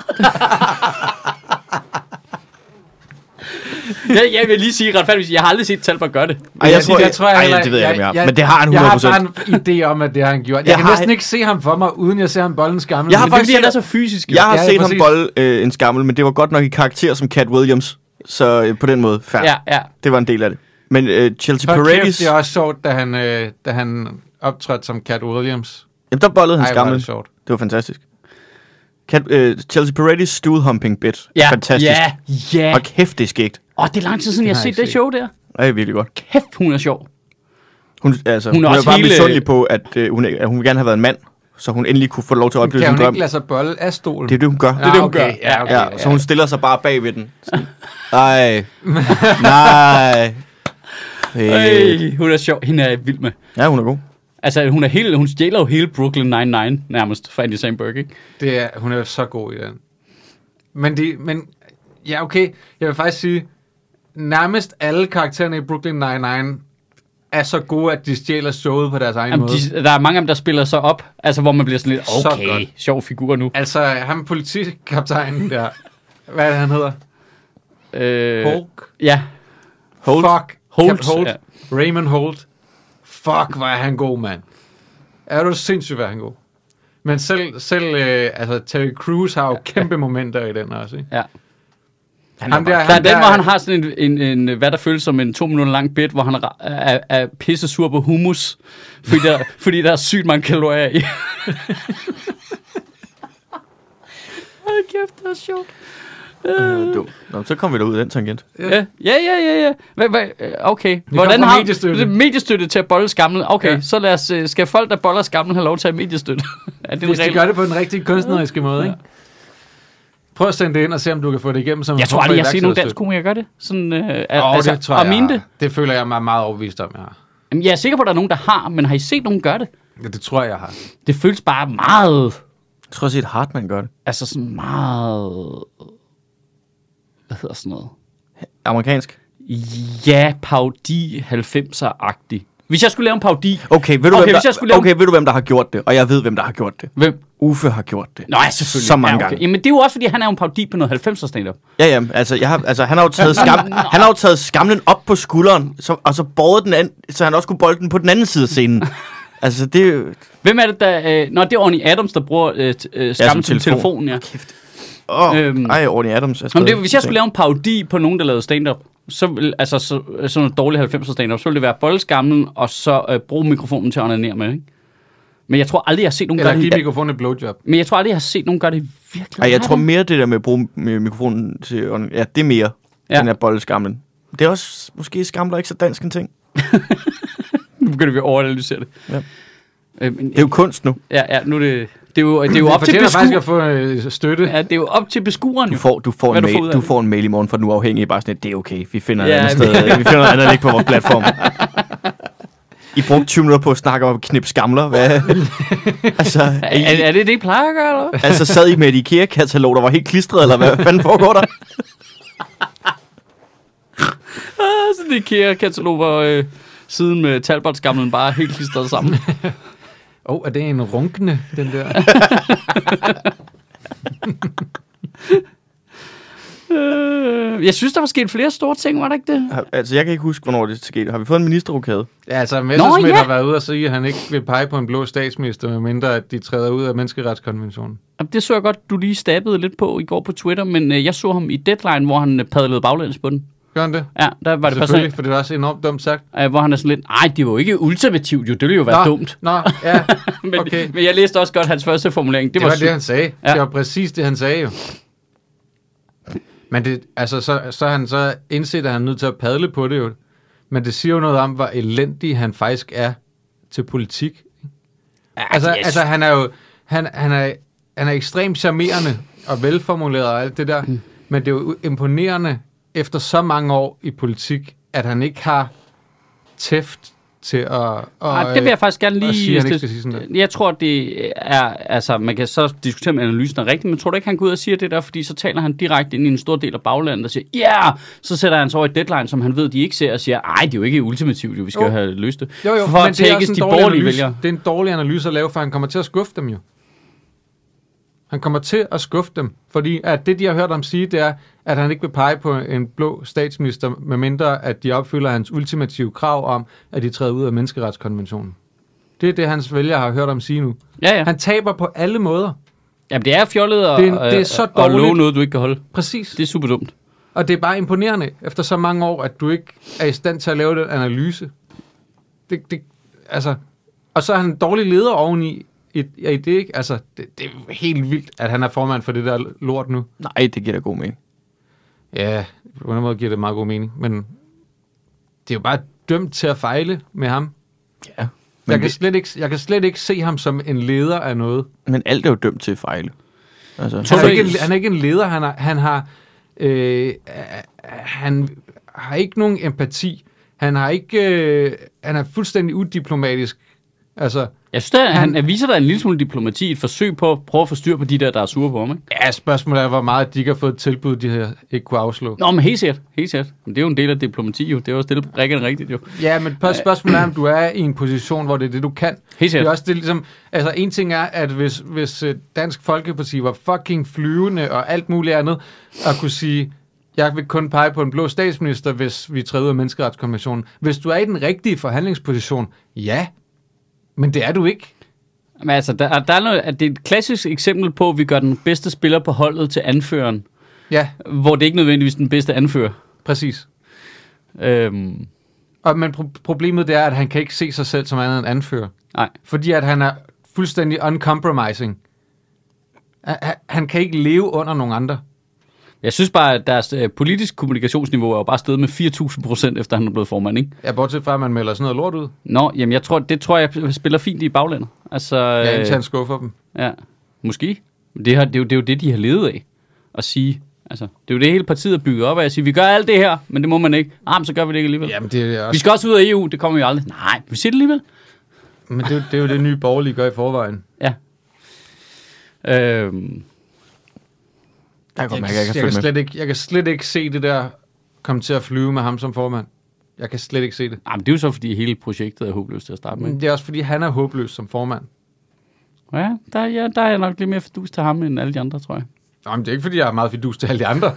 jeg, jeg vil lige sige retfærdigt, jeg har aldrig set Talbot gøre det. Ej, jeg, tror, jeg, jeg, tror, jeg, ej, det ved jeg ikke mere. Men det har han hundrede procent. Jeg har bare en idé om, at det har han gjort. Jeg, jeg kan næsten han... ikke se ham for mig, uden jeg ser ham bolden skammel. Jeg har det er fordi, han er så fysisk. Jeg har ja, set ja, ham bolde øh, en skammel, men det var godt nok i karakter som Cat Williams. Så øh, på den måde, fair. Ja, ja. Det var en del af det. Men øh, Chelsea Paredes... Det er også sjovt, da han, øh, da han optrådte som Cat Williams. Jamen, der bollede han Ej, skammel. Det, det var fantastisk. Cat, øh, Chelsea Paredes stool humping bit. Ja, fantastisk. ja, ja. Og kæft, det er skægt. Åh, det er lang tid siden, jeg har set det show der. Ja, det er virkelig godt. Kæft, hun er sjov. Hun, altså, hun, er, hun er bare hele... misundelig på, at øh, hun, at hun vil gerne have været en mand, så hun endelig kunne få lov til at opleve sin drøm. Kan hun ikke lade sig bolle af stolen? Det er det, hun gør. Det er det, hun gør. Ja, okay, ja, ja. Så hun stiller sig bare bag ved den. Nej. Nej. Hey, hun er sjov. Hende er jeg vild med. Ja, hun er god. Altså, hun, er hele, hun stjæler jo hele Brooklyn Nine-Nine nærmest fra Andy Samberg, ikke? Det er, hun er så god i den. Men, de, men ja, okay. Jeg vil faktisk sige, nærmest alle karaktererne i Brooklyn Nine-Nine er så gode, at de stjæler showet på deres egen Jamen, måde. De, der er mange af dem, der spiller så op, altså hvor man bliver sådan lidt, okay, sjov figur nu. Altså, ham politikaptajnen der, hvad er det, han hedder? Øh, Hulk? Ja. Holt. Fuck. Holt. Holt. Ja. Raymond Holt. Fuck, hvor er han god, mand. Er du sindssygt, hvor er han god. Men selv, selv øh, altså, Terry Crews har jo kæmpe momenter i den også, ikke? Ja. Han ham der, der, der er den, hvor han har sådan en, en, en, hvad der føles som en to minutter lang bit, hvor han er, er, er pisse sur på hummus, fordi der, fordi der er sygt mange kalorier i. Hold kæft, det er sjovt. Øh, du. Nå, så kommer vi derud den tangent. Ja, ja, ja, ja. ja. Hva, hva, okay. Vi hvordan har mediestøtte. mediestøtte til at bolle skamlen? Okay, ja. Så lad os, skal folk, der boller skamlen, have lov til at have mediestøtte? Er det Hvis de gør det på den rigtige kunstneriske måde, ikke? Prøv at sende det ind og se, om du kan få det igennem. Som jeg tror aldrig, jeg har set nogle dansk komikere gøre det. Sådan, øh, oh, altså, det tror jeg. Og det. det føler jeg mig meget overbevist om, jeg har. Jamen, jeg er sikker på, at der er nogen, der har, men har I set nogen gøre det? Ja, det tror jeg, jeg har. Det føles bare meget... Jeg tror, jeg har set Hartmann gøre det. Altså sådan meget... Hvad hedder sådan noget? Amerikansk? Ja, parodi halvfemser-agtig. Hvis jeg skulle lave en parodi... Okay, ved du, okay, hvem, hvis der, jeg skulle lave... okay, ved du hvem der har gjort det? Og jeg ved, hvem der har gjort det. Hvem? Uffe har gjort det. Nej, selvfølgelig. Så mange ja, okay. gange. Jamen, det er jo også, fordi han er jo en parodi på noget halvfemser stand-up. Ja, ja, altså, jeg har, altså han har jo taget, skam, han har jo taget skamlen op på skulderen, så, og så båret den anden, så han også kunne bolde den på den anden side af scenen. Altså, det er jo... Hvem er det, der... Øh, nå, det er Orny Adams, der bruger øh, øh, skammen ja, til telefon. telefonen, ja. Kæft. Åh, oh, øhm, ej, Orny Adams. Jamen, det, hvis jeg skulle lave en parodi på nogen, der lavede stand-up, så vil, altså så, sådan noget dårligt halvfemser stand-up, så ville det være boldskamlen, og så øh, bruge mikrofonen til at onanere med, ikke? Men jeg tror aldrig, jeg har set nogen Eller gøre det... Eller give mikrofonen et blowjob. Men jeg tror aldrig, jeg har set nogen gøre det virkelig. Ej, jeg tror mere det der med at bruge mikrofonen til... Ja, det er mere, ja. Den her boldskamlen. Det er også måske skamler ikke så dansk en ting. Nu begynder vi at overanalysere det. Ja. Øh, men, det er jo kunst nu. Ja, ja, nu er det... Det er jo, det er jo op til beskueren. at få øh, støtte. Ja, det er jo op til beskueren. Du får, du får, en, mail, får, du får en mail i morgen fra den uafhængige, bare sådan, det er okay, vi finder ja, et andet sted. Vi finder noget andet, ikke på vores platform. I brugte tyve minutter på at snakke om knip skamler. Hvad? altså, er, er, er det det, I plejer at gøre, eller? Altså, sad I med et IKEA-katalog, der var helt klistret, eller hvad fanden foregår der? ah, sådan et IKEA-katalog, hvor øh, siden med Talbot-skamlen bare helt klistret sammen. Åh, oh, er det en runkende, den der? øh, jeg synes, der var sket flere store ting, var der ikke det? Altså, jeg kan ikke huske, hvornår det skete. Har vi fået en ministerrokade? Ja, altså, Messerschmidt ja. har været ude og sige, at han ikke vil pege på en blå statsminister, medmindre at de træder ud af menneskeretskonventionen. Jamen, det så jeg godt, du lige stabbede lidt på i går på Twitter, men øh, jeg så ham i Deadline, hvor han padlede baglæns på den. Gør han det? Ja, der var det selvfølgelig, for det er også enormt dumt sagt. Øh, hvor han er sådan lidt, nej, det var jo ikke ultimativt, jo, det ville jo være nå, dumt. Nå, ja, men, okay. men jeg læste også godt hans første formulering. Det, det var, var det, han sagde. Ja. Det var præcis det, han sagde jo. Men det, altså, så, så han så indset, at han er nødt til at padle på det jo. Men det siger jo noget om, hvor elendig han faktisk er til politik. Ja, altså, yes. altså, han er jo han, han er, han er ekstremt charmerende og velformuleret og alt det der. Mm. Men det er jo imponerende efter så mange år i politik, at han ikke har tæft til at... Og, Ej, det vil jeg faktisk gerne lige... Sige, det, sige sådan der. Jeg tror, det er... Altså, man kan så diskutere, om analysen er rigtig, men tror du ikke, han går ud og siger det der, fordi så taler han direkte ind i en stor del af baglandet og siger, ja! Yeah! Så sætter han så over et deadline, som han ved, de ikke ser, og siger, ej, det er jo ikke ultimativt, jo, vi skal jo have løst det. Jo, jo, for men at det er også en de dårlig analyse. Vælger. Det er en dårlig analyse at lave, for han kommer til at skuffe dem jo. Han kommer til at skuffe dem, fordi at det, de har hørt ham sige, det er, at han ikke vil pege på en blå statsminister, medmindre at de opfylder hans ultimative krav om, at de træder ud af menneskeretskonventionen. Det er det, hans vælgere har hørt ham sige nu. Ja, ja. Han taber på alle måder. Jamen, det er fjollet at, det er, det er så at love noget, du ikke kan holde. Præcis. Det er super dumt. Og det er bare imponerende, efter så mange år, at du ikke er i stand til at lave den analyse. Det, det, altså, og så er han en dårlig leder oveni, I, i det, ikke? Altså, det, det er helt vildt, at han er formand for det der lort nu. Nej, det giver da god mening. Ja, på en måde giver det meget god mening, men det er jo bare dømt til at fejle med ham. Ja. Jeg kan, det... slet ikke, jeg kan slet ikke se ham som en leder af noget. Men alt er jo dømt til at fejle. Altså. Han, er ikke en, han er ikke en leder, han, er, han har øh, han har ikke nogen empati. Han har ikke øh, han er fuldstændig udiplomatisk. Altså, jeg synes, at han, han viser dig en lille smule diplomati i et forsøg på at prøve at få styr på de der, der er sure på ham, ikke? Ja, spørgsmålet er, hvor meget de ikke har fået et tilbud, de her ikke kunne afslå. Nå, men helt sikkert. Helt sikkert. Men det er jo en del af diplomati, jo. Det er jo at stille brikkerne rigtigt, jo. Ja, men spørgsmålet er, om du er i en position, hvor det er det, du kan. Helt sikkert. Det er også det, ligesom... Altså, en ting er, at hvis, hvis Dansk Folkeparti var fucking flyvende og alt muligt andet, og kunne sige, jeg vil kun pege på en blå statsminister, hvis vi træder ud af menneskeretskonventionen. Hvis du er i den rigtige forhandlingsposition, ja, men det er du ikke. Men altså, der, der er noget, at det er et klassisk eksempel på, at vi gør den bedste spiller på holdet til anføreren. Ja. Hvor det ikke nødvendigvis den bedste anfører. Præcis. Øhm. Og, men pro- problemet det er, at han kan ikke se sig selv som andet end anfører. Nej. Fordi at han er fuldstændig uncompromising. Han, han kan ikke leve under nogen andre. Jeg synes bare, at deres øh, politisk kommunikationsniveau er jo bare steget med fire tusind procent, efter han er blevet formand, ikke? Ja, bortset fra, at man melder sådan noget lort ud. Nå, jamen jeg tror, det tror jeg spiller fint i baglandet. Altså, ja, indtil han skuffer dem. Ja, måske. Det, har, det, er jo, det er jo det, de har levet af. At sige, altså, det er jo det hele partiet er bygget op af, at sige, vi gør alt det her, men det må man ikke. Ah, men så gør vi det ikke alligevel. Jamen, det er også... Vi skal også ud af E U, det kommer vi aldrig. Nej, vi siger det alligevel. Men det er, det er jo det nye borgerlige gør i forvejen. Ja. Øhm... Jeg, jeg, jeg, jeg, kan slet ikke, jeg kan slet ikke se det der komme til at flyve med ham som formand. Jeg kan slet ikke se det. Jamen, det er jo så, fordi hele projektet er håbløst til at starte med. Det er også, fordi han er håbløs som formand. Ja, der, ja, der er jeg nok lidt mere fidus til ham end alle de andre, tror jeg. Nå, men det er ikke, fordi jeg er meget fidus til alle de andre.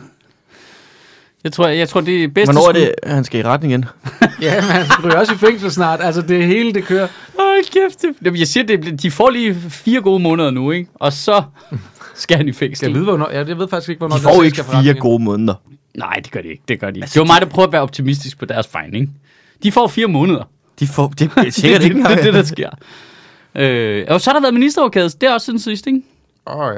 Jeg tror, jeg, jeg tror det er bedste... Hvornår er det, at han skal i retning igen? Ja, men han ryger også i fængsel snart. Altså, det hele, det kører. Åh, kæft. Det, jeg siger, det, de får lige fire gode måneder nu, ikke? Og så skal han i fængsel. Jeg ved, hvornår, ja, jeg ved faktisk ikke, hvornår... De får ikke fire gode måneder. Nej, det gør de ikke. Det gør de ikke. Det var mig, der prøver at være optimistisk på deres fejl, ikke? De får fire måneder. De får... Det er sikkert det, ikke det, det, det, det, der sker. Øh, og så har der været ministerrokades. Det er også siden sidst, ikke? Åh, oh, ja.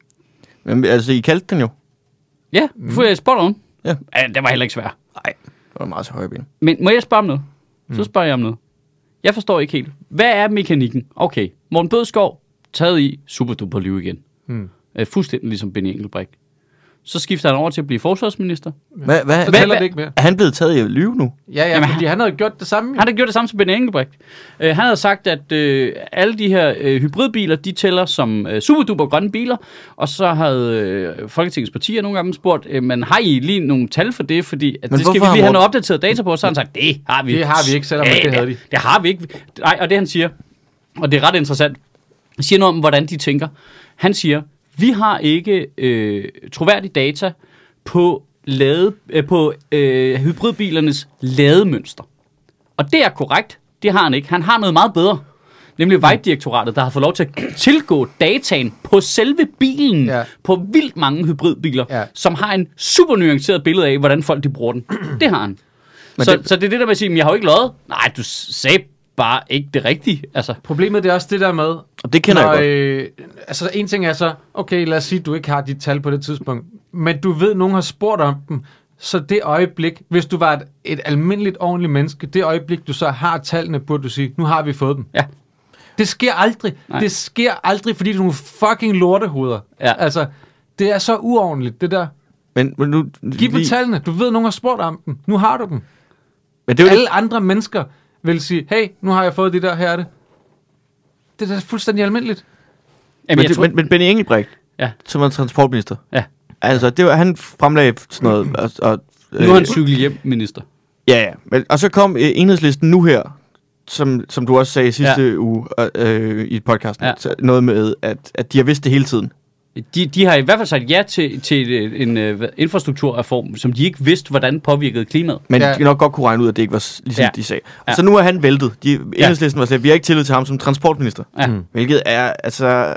Men altså, I kaldte den jo. Ja, mm. får jeg spurgt om. Ja. ja. Det var heller ikke svært. Nej, det var meget så høje ben. Men må jeg spørge om noget? Mm. Så spørger jeg om noget. Jeg forstår ikke helt. Hvad er mekanikken? Okay, Morten Bødskov taget i superduper liv igen. Mm. Øh, fuldstændig ligesom Benny Engelbrecht. Så skifter han over til at blive forsvarsminister. Hvad, hvad, så hvad, tæller det ikke mere. Er han blevet taget i at lyve nu? Ja, ja, Jamen, fordi han, han havde gjort det samme. Han havde gjort det samme som Benny Engelbrecht. Uh, han havde sagt, at uh, alle de her uh, hybridbiler, de tæller som uh, superduper grønne biler. Og så havde uh, Folketingets partier nogle gange spurgt, uh, men har I lige nogle tal for det? Fordi at det skal vi lige have noget opdateret data på. Så han sagt, det har vi. Det har vi ikke, selvom ja, det havde de. Det har vi ikke. Nej, og det han siger, og det er ret interessant, han siger noget om, hvordan de tænker. Han siger, vi har ikke øh, troværdige data på, lade, øh, på øh, hybridbilernes lademønster. Og det er korrekt. Det har han ikke. Han har noget meget bedre. Nemlig Vejdirektoratet, der har fået lov til at tilgå dataen på selve bilen, ja. På vildt mange hybridbiler, ja. Som har en super nuanceret billede af, hvordan folk de bruger den. Det har han. Så det, så det er det der med at sige, jeg har jo ikke løjet. Nej, du sagde bare ikke det rigtige. Altså. Problemet det er også det der med... Og det kender når, jeg godt. Øh, altså en ting er så, okay, lad os sige, at du ikke har dit tal på det tidspunkt, men du ved, at nogen har spurgt om dem, så det øjeblik, hvis du var et, et almindeligt, ordentligt menneske, det øjeblik, du så har tallene, burde du sige, nu har vi fået dem. Ja. Det sker aldrig. Nej. Det sker aldrig, fordi du er nogle fucking lortehoveder. Ja. Altså, det er så uordentligt, det der. Men, men nu... Giv på tallene. Du ved, at nogen har spurgt om dem. Nu har du dem. Men det er Alle det... andre mennesker vil sige, hey, nu har jeg fået de der, her er det. Det er da fuldstændig almindeligt. Jamen, men, tror... men, men Benny Engelbrecht, ja. Som var transportminister, ja. Altså, det var, han fremlagde sådan noget... Og, og, nu er han cykel hjem, minister. Ja, ja. Men, og så kom øh, Enhedslisten nu her, som, som du også sagde sidste ja. uge øh, i podcasten, ja. Noget med, at, at de har vidst det hele tiden. De, de har i hvert fald sagt ja til, til en uh, infrastrukturreform, som de ikke vidste, hvordan påvirkede klimaet. Men ja. de nok godt kunne regne ud, at det ikke var ligesom ja. De sagde. Og ja. Så nu er han væltet. De, Enhedslisten ja. Var slet, vi har ikke tillid til ham som transportminister. Ja. Mm. Hvilket er, altså...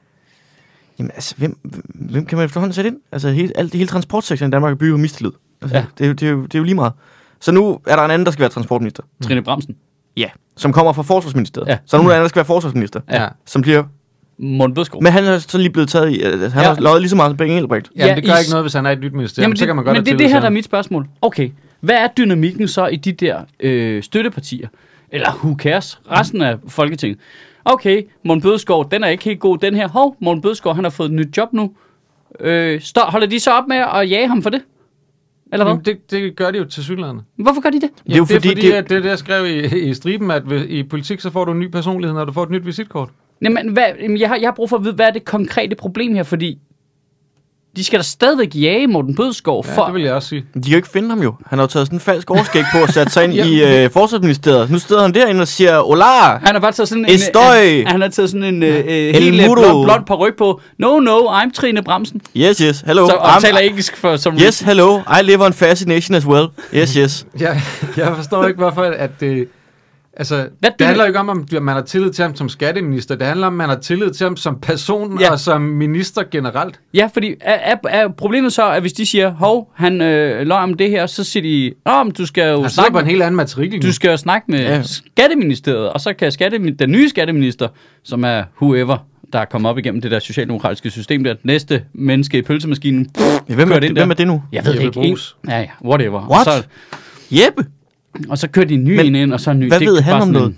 Jamen, altså, hvem, hvem kan man efterhånden sætte ind? Altså, hele, alt, hele transportsektoren i Danmark er bygget på mistillid. Altså, ja. det, er, det, er jo, det er jo lige meget. Så nu er der en anden, der skal være transportminister. Trine Bramsen. Ja, som kommer fra Forsvarsministeriet. Ja. Så nu er der en anden, der skal være forsvarsminister. Ja. Som bliver... Morten Bødskov. Men han er så lige blevet taget i... Han ja. Har løjet lige så meget som Benny Engelbrecht. Ja, ja, det gør i... ikke noget, hvis han er et nyt ministerium. Jamen, så kan man godt men det er det her, der er mit spørgsmål. Okay, hvad er dynamikken så i de der øh, støttepartier? Eller who cares? Resten af Folketinget. Okay, Morten Bødskov, den er ikke helt god, den her. Hov, Morten Bødskov, han har fået et nyt job nu. Øh, stå, holder de så op med at jage ham for det? Eller hvad? Jamen, det, det gør de jo til sydlandene. Hvorfor gør de det? Ja, det er jo fordi, det er fordi, det, at det der skrev i, i striben, at i politik, så får du en ny personlighed, når du får et nyt visitkort. Jamen, hvad, jeg, har, jeg har brug for at vide, hvad er det konkrete problem her, fordi de skal da stadigvæk jage Morten Bødskov for... Ja, det vil jeg også sige. De kan jo ikke finde ham jo. Han har jo taget sådan en falsk overskæg på og sat sig ind i øh, forsvarsministeriet. Nu sidder han derinde og siger, Ola! Han har bare taget sådan en... Estoy! Han, han har taget sådan en øh, helt blond, blond paryk på. No, no, I'm Trine Bramsen. Yes, yes, hello. Så, og I'm, taler engelsk for... Som yes, hello, I live on fascination as well. Yes, yes. ja, jeg forstår ikke, hvorfor at det... Øh, altså, Hvad det handler jo ikke om, om man har tillid til ham som skatteminister. Det handler om, man har tillid til ham som person ja. Og som minister generelt. Ja, fordi er, er, er problemet så, at hvis de siger, hov, han øh, løg om det her, så siger de, åh, men du skal jo han snakke på en helt anden matrikel. Du skal jo snakke med ja. Skatteministeriet, og så kan skatte, den nye skatteminister, som er whoever, der er kommet op igennem det der socialdemokratiske system der, næste menneske i pølsemaskinen, pff, ja, hvem, er det, hvem er det nu? Jeg ved det ikke. En, ja, ja, whatever. What? Og så, Jeppe? Og så kører de en ny men, ind, og så en ny. Hvad det ved han om noget? En,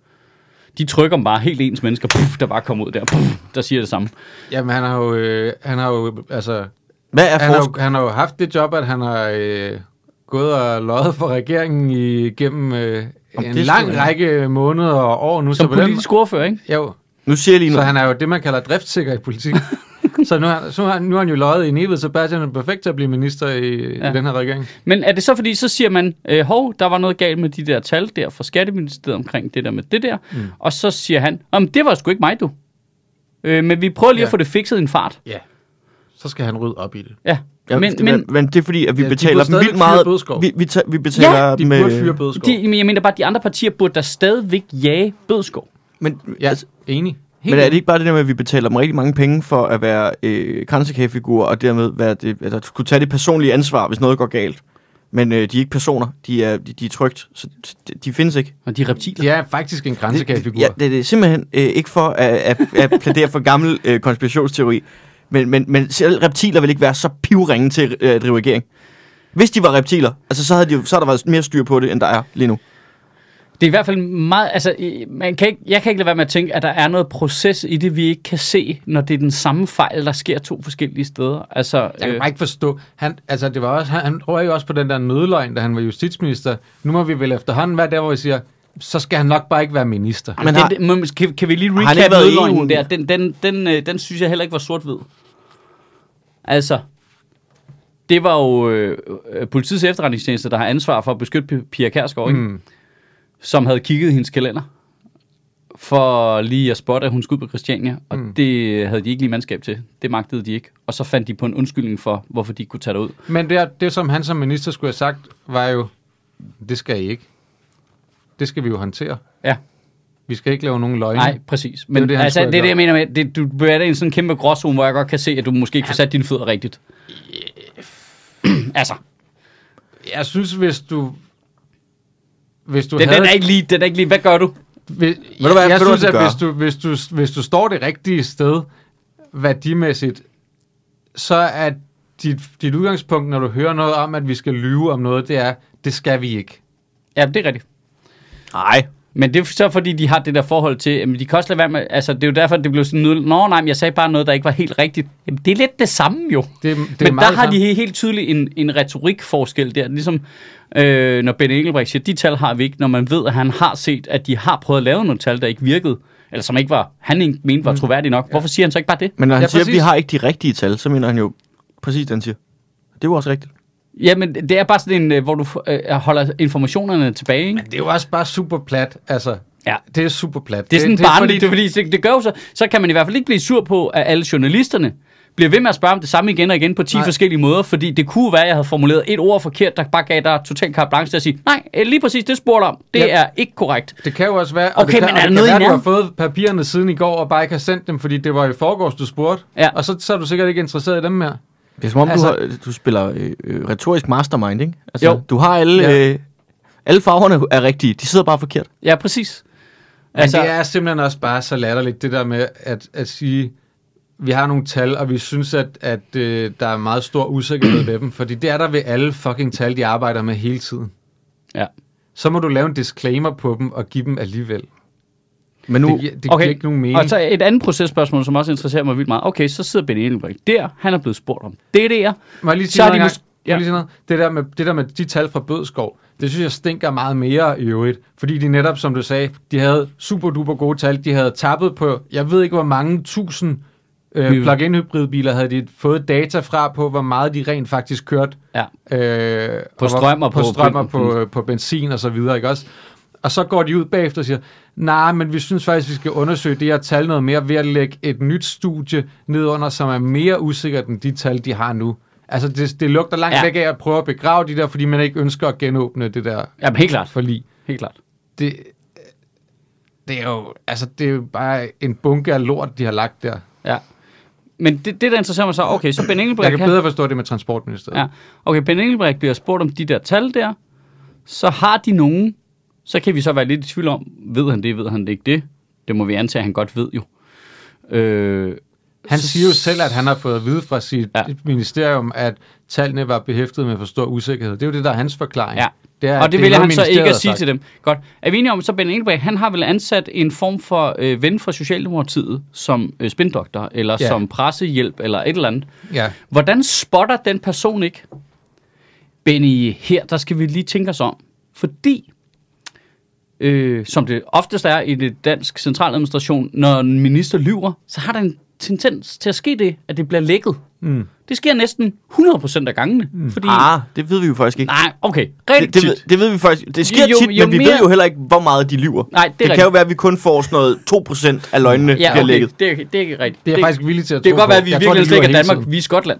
de trykker bare helt ens mennesker, puff, der bare kommer ud der, puff, der siger det samme. Jamen, han har jo, øh, han har jo, altså... Hvad er han, har jo, han har jo haft det job, at han har øh, gået og løjet for regeringen igennem øh, en lang række måneder og år nu. Som så politisk ordfører, ikke? Jo. Nu siger jeg lige noget. Så han er jo det, man kalder driftsikker i politik. Så nu, så har, nu har han jo løjet i Nebel, så Bastian er perfekt til at blive minister i, ja. I den her regering. Men er det så fordi, så siger man, øh, hov, der var noget galt med de der tal der fra Skatteministeriet omkring det der med det der, mm. og så siger han, om det var sgu ikke mig, du. Øh, men vi prøver lige Ja. at få det fikset i en fart. Ja. Så skal han rydde op i det. Ja. Ja, men, det, men, men, men det er fordi, at vi Ja, de betaler burde dem stadig vildt meget. fyre Bødskov. Vi, vi, ta- vi betaler Ja, De med... burde fyre Bødskov. de, men jeg mener bare, at de andre partier burde da stadigvæk jage Bødskov. Men, Ja, altså, enig. Helt men er det enig. ikke bare det der med, at vi betaler dem rigtig mange penge for at være øh, kransekagefigurer, og dermed være det, altså, kunne tage det personlige ansvar, hvis noget går galt? Men øh, de er ikke personer, de er, de, de er trygt, så de, de findes ikke. Og de er reptiler. De er faktisk en grænsekagefigur. Ja, det, det er simpelthen øh, ikke for at, at, at plædere for gammel øh, konspirationsteori, men, men, men selv reptiler vil ikke være så pivringe til øh, at drive regering. Hvis de var reptiler, altså, så havde de, jo- så havde der været mere styr på det, end der er lige nu. Det er i hvert fald meget, altså, man kan ikke, jeg kan ikke lade være med at tænke, at der er noget proces i det, vi ikke kan se, når det er den samme fejl, der sker to forskellige steder. Altså, Jeg kan bare ikke forstå. Han, altså, det var også, han, han røg jo også på den der nødløgn, da han var justitsminister. Nu må vi vel efterhånden være der, hvor vi siger, så skal han nok bare ikke være minister. Men Men har- det, må- kan, kan vi lige han recap ikke været i E U? nødløgnen der? Den, den, den, øh, den synes jeg heller ikke var sort-hvid. Altså, det var jo øh, øh, politiets efterretningstjeneste, der har ansvar for at beskytte P- Pia Kjærsgaard, ikke? Mm. Som havde kigget i hendes kalender for lige at spotte, at hun skulle ud på Christiania, og Mm. det havde de ikke lige mandskab til. Det magtede de ikke. Og så fandt de på en undskyldning for, hvorfor de ikke kunne tage det ud. Men det, er- det, som han som minister skulle have sagt, var jo, det skal I ikke. Det skal vi jo håndtere. Ja. Vi skal ikke lave nogen løgne. Nej, præcis. Men det, det, det, det, han altså, skulle det er det, jeg have mener med, det, du er i en sådan kæmpe gråzone, hvor jeg godt kan se, at du måske ikke får sat dine fødder rigtigt. altså, Jeg synes, hvis du... Hvis du den, havde... den, er ikke lige, den er ikke lige, hvad gør du? Hvis, du hvad- jeg ved du, synes, hvad at du gør? hvis du, hvis, du, hvis du står det rigtige sted, værdimæssigt, så er dit, dit udgangspunkt, når du hører noget om, at vi skal lyve om noget, det er, det skal vi ikke. Ja, det er rigtigt. Nej. Men det er så fordi, de har det der forhold til, jamen de kan også lade være med, altså det er jo derfor, det blev sådan noget, nå nej, men jeg sagde bare noget, der ikke var helt rigtigt. Jamen det er lidt det samme jo. Det, det er Men der meget har samme. de helt tydeligt en, en retorikforskel der, ligesom øh, når Benny Engelbrecht siger, de tal har vi ikke, når man ved, at han har set, at de har prøvet at lave nogle tal, der ikke virkede, eller som ikke var, han ikke mente var troværdige nok. Hvorfor siger han så ikke bare det? Men når han Ja, siger, at vi præcis. har ikke de rigtige tal, så mener han jo præcis det, han siger. Det er jo også rigtigt. Jamen det er bare sådan en, øh, hvor du øh, holder informationerne tilbage, ikke? Men det er jo også bare super plat, altså. Ja. Det er super plat. Det er sådan det, barnligt, det, fordi, det, det gør jo så, så kan man i hvert fald ikke blive sur på, at alle journalisterne bliver ved med at spørge om det samme igen og igen på ti Nej. forskellige måder, fordi det kunne være, at jeg havde formuleret et ord forkert, der bare gav dig totalt carte blanche til at sige, nej, lige præcis det spurgte om, det Ja. er ikke korrekt. Det kan jo også være, og Okay, det kan, men og er der det noget kan i være, du har nærheden? fået papirerne siden i går, og bare ikke har sendt dem, fordi det var i forgårs, du spurgte. Ja. Og så, så er du sikkert ikke interesseret i dem mere. Det er som om, altså, Altså- du, har, du spiller øh, øh, retorisk mastermind, ikke? Altså, Jo. du har alle... Ja. Øh, alle farverne er rigtige. De sidder bare forkert. Ja, præcis. Men Altså, det er simpelthen også bare så latterligt, det der med at, at sige, vi har nogle tal, og vi synes, at, at øh, der er meget stor usikkerhed ved dem, fordi det er der ved alle fucking tal, de arbejder med hele tiden. ja. Så må du lave en disclaimer på dem og give dem alligevel. Men nu... Det, giver- det Okay, giver ikke nogen mening. og så et andet processpørgsmål, som også interesserer mig vildt meget. Okay, så sidder Benny Engelbrecht der, han er blevet spurgt om det der. Må jeg lige så sige er noget de engang? mås- Må jeg lige sige noget? Det der, med, det der med de tal fra Bødskov, det synes jeg stinker meget mere i øvrigt. Fordi de netop, som du sagde, de havde super duper gode tal. De havde tappet på, jeg ved ikke hvor mange tusind øh, Vi- plug-in hybridbiler, havde de fået data fra på, hvor meget de rent faktisk kørte. Ja. Øh, På og hvor- strøm og på, på- strøm og på- på, på benzin og så videre, ikke også? Og så går de ud bagefter og siger, nej, men vi synes faktisk, vi skal undersøge det her tal noget mere ved at lægge et nyt studie ned under, som er mere usikkert end de tal, de har nu. Altså, det, det lugter langt Ja. ja. væk af at prøve at begrave de der, fordi man ikke ønsker at genåbne det der Jamen, helt klart. forlig. Helt klart. Det, det er jo, altså, det er jo bare en bunke af lort, de har lagt der. Ja. Men det, det der interesserer mig så, okay, så Ben Jeg Engelbrecht... kan han- bedre forstå det med transportministeriet. Ja. Okay, Ben Engelbrecht bliver spurgt om de der tal der, så har de nogen, så kan vi så være lidt i tvivl om, ved han det, ved han det ikke det? Det må vi antage, at han godt ved jo. Øh, Han så- siger jo selv, at han har fået at vide fra sit Ja. ja. ministerium, at tallene var behæftet med for stor usikkerhed. Det er jo det, der er hans forklaring. Ja. Det er, og det er vil noget, han så ikke ministeriet at har sige sagt. til dem. Godt. Er vi enige om, så Ben Engelbrecht, han har vel ansat en form for øh, ven fra Socialdemokratiet, som øh, spindoktor, eller Ja. som pressehjælp, eller et eller andet. Ja. Hvordan spotter den person ikke? Benny, her der skal vi lige tænke os om. Fordi, øh, som det oftest er i det dansk centraladministration, når en minister lyver, så har der en tendens til at ske det, at det bliver lækket. Mm. Det sker næsten hundrede procent af gangene. Mm. Fordi... Ah, det ved vi jo faktisk ikke. Nej, okay. Rigtig det, det, ved, det ved vi faktisk. Det sker jo, tit, jo men vi mere... ved jo heller ikke, hvor meget de lyver. Nej, det, det kan jo være, at vi kun får sådan noget to procent af løgnene, ja, bliver okay. lægget. Det, er, det er ikke rigtigt. Det er jeg faktisk villig til at det tro kan godt på. være, at vi Jeg virkelig tror, slet ikke er hele Danmark. Vi er Skotland.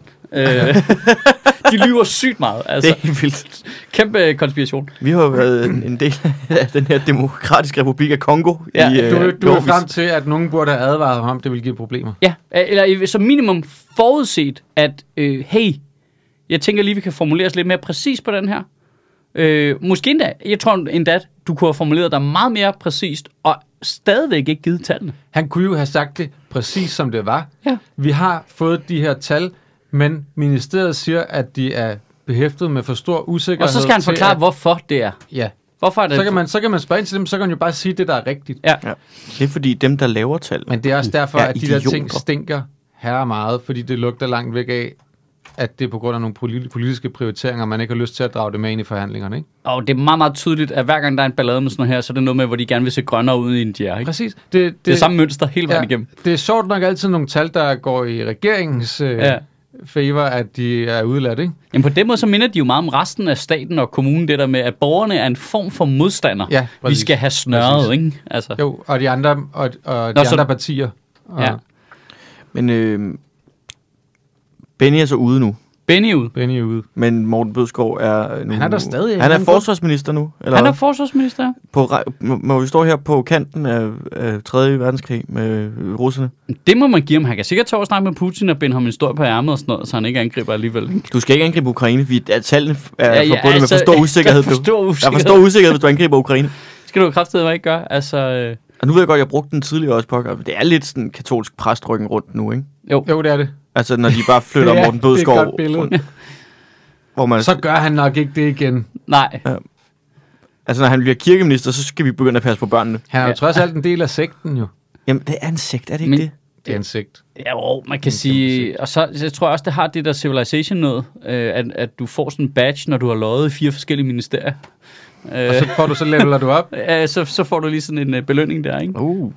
De lyver sygt meget. Altså. Det er helt vildt. Kæmpe konspiration. Vi har jo været en del af den her demokratiske republik af Kongo. Ja, i, Du, øh, du er frem til, at nogen burde have advaret ham om, det ville give problemer. Ja, eller som minimum forudset, at øh, hey, jeg tænker lige, vi kan formulere os lidt mere præcis på den her. Øh, måske endda, jeg tror endda, du kunne have formuleret dig meget mere præcist, og stadigvæk ikke givet tallene. Han kunne jo have sagt det præcis som det var. Ja. Vi har fået de her tal, men ministeriet siger, at de er behæftet med for stor usikkerhed. Og så skal han til, forklare, at, hvorfor det er. Ja. Hvorfor er det? Så kan, man, så kan man spørge ind til dem, så kan man jo bare sige det, der er rigtigt. Ja. Ja. Det er fordi dem, der laver tal. Men det er også derfor, er at de der ting idioter. stinker herre meget, fordi det lugter langt væk af, at det er på grund af nogle politiske prioriteringer, man ikke har lyst til at drage det med ind i forhandlingerne, ikke? Og det er meget, meget tydeligt, at hver gang der er en ballade med sådan noget her, så er det noget med, hvor de gerne vil se grønnere ud i en djer, ikke? Præcis. Det, det, Det er samme mønster hele vejen ja, igennem. det er sjovt nok altid nogle tal, der går i regeringens øh, Ja. favor, at de er udladt, ikke? Men på den måde, så minder de jo meget om resten af staten og kommunen, det der med, at borgerne er en form for modstander. Ja, vi præcis. skal have snørret, Præcis. ikke? Altså. Jo, og de andre, og, og Nå, de så- andre partier. Og Ja. Men øh, Benny er så ude nu. Benny ud. Benny er ude. Men Morten Bødskov er nu... Han er der stadig, Han er han forsvarsminister nu. Eller Han er forsvarsminister. på, re- må, må vi stå her på kanten af, af tredje verdenskrig med øh, russerne. Det må man give ham. Han kan sikkert tage og snakke med Putin og binde ham en historie på ærmet og sådan noget, så han ikke angriber alligevel. Ikke? Du skal ikke angribe Ukraine, fordi at tallene er Ja, ja, ja, ja, forbundet altså, med for stor usikkerhed. for stor Der er for usikkerhed. stor usikkerhed, hvis du angriber Ukraine. Skal du kraftedeme ikke gøre? Altså, øh, Og nu ved jeg godt, at jeg brugte den tidligere også på. Det er lidt sådan katolsk præstryggen rundt nu, ikke? jo. Jo, det er det. Altså, når de bare flytter Det er- Morten det er et Bødskov godt billede. rundt. Hvor man, Så gør han nok ikke det igen. Nej. altså, når han bliver kirkeminister, så skal vi begynde at passe på børnene. Han er jo Ja. trods alt en del af sekten, jo. Jamen, det er en sekt, er det ikke Men- det? Det er en sekt. Ja, jo, man kan sige... Og så jeg tror jeg også, det har det der civilization noget, øh, at, at du får sådan en badge, når du har løjet i fire forskellige ministerier. Øh, Og så får du, så leveler du op. øh, så, så får du lige sådan en øh, belønning der, ikke? Uh.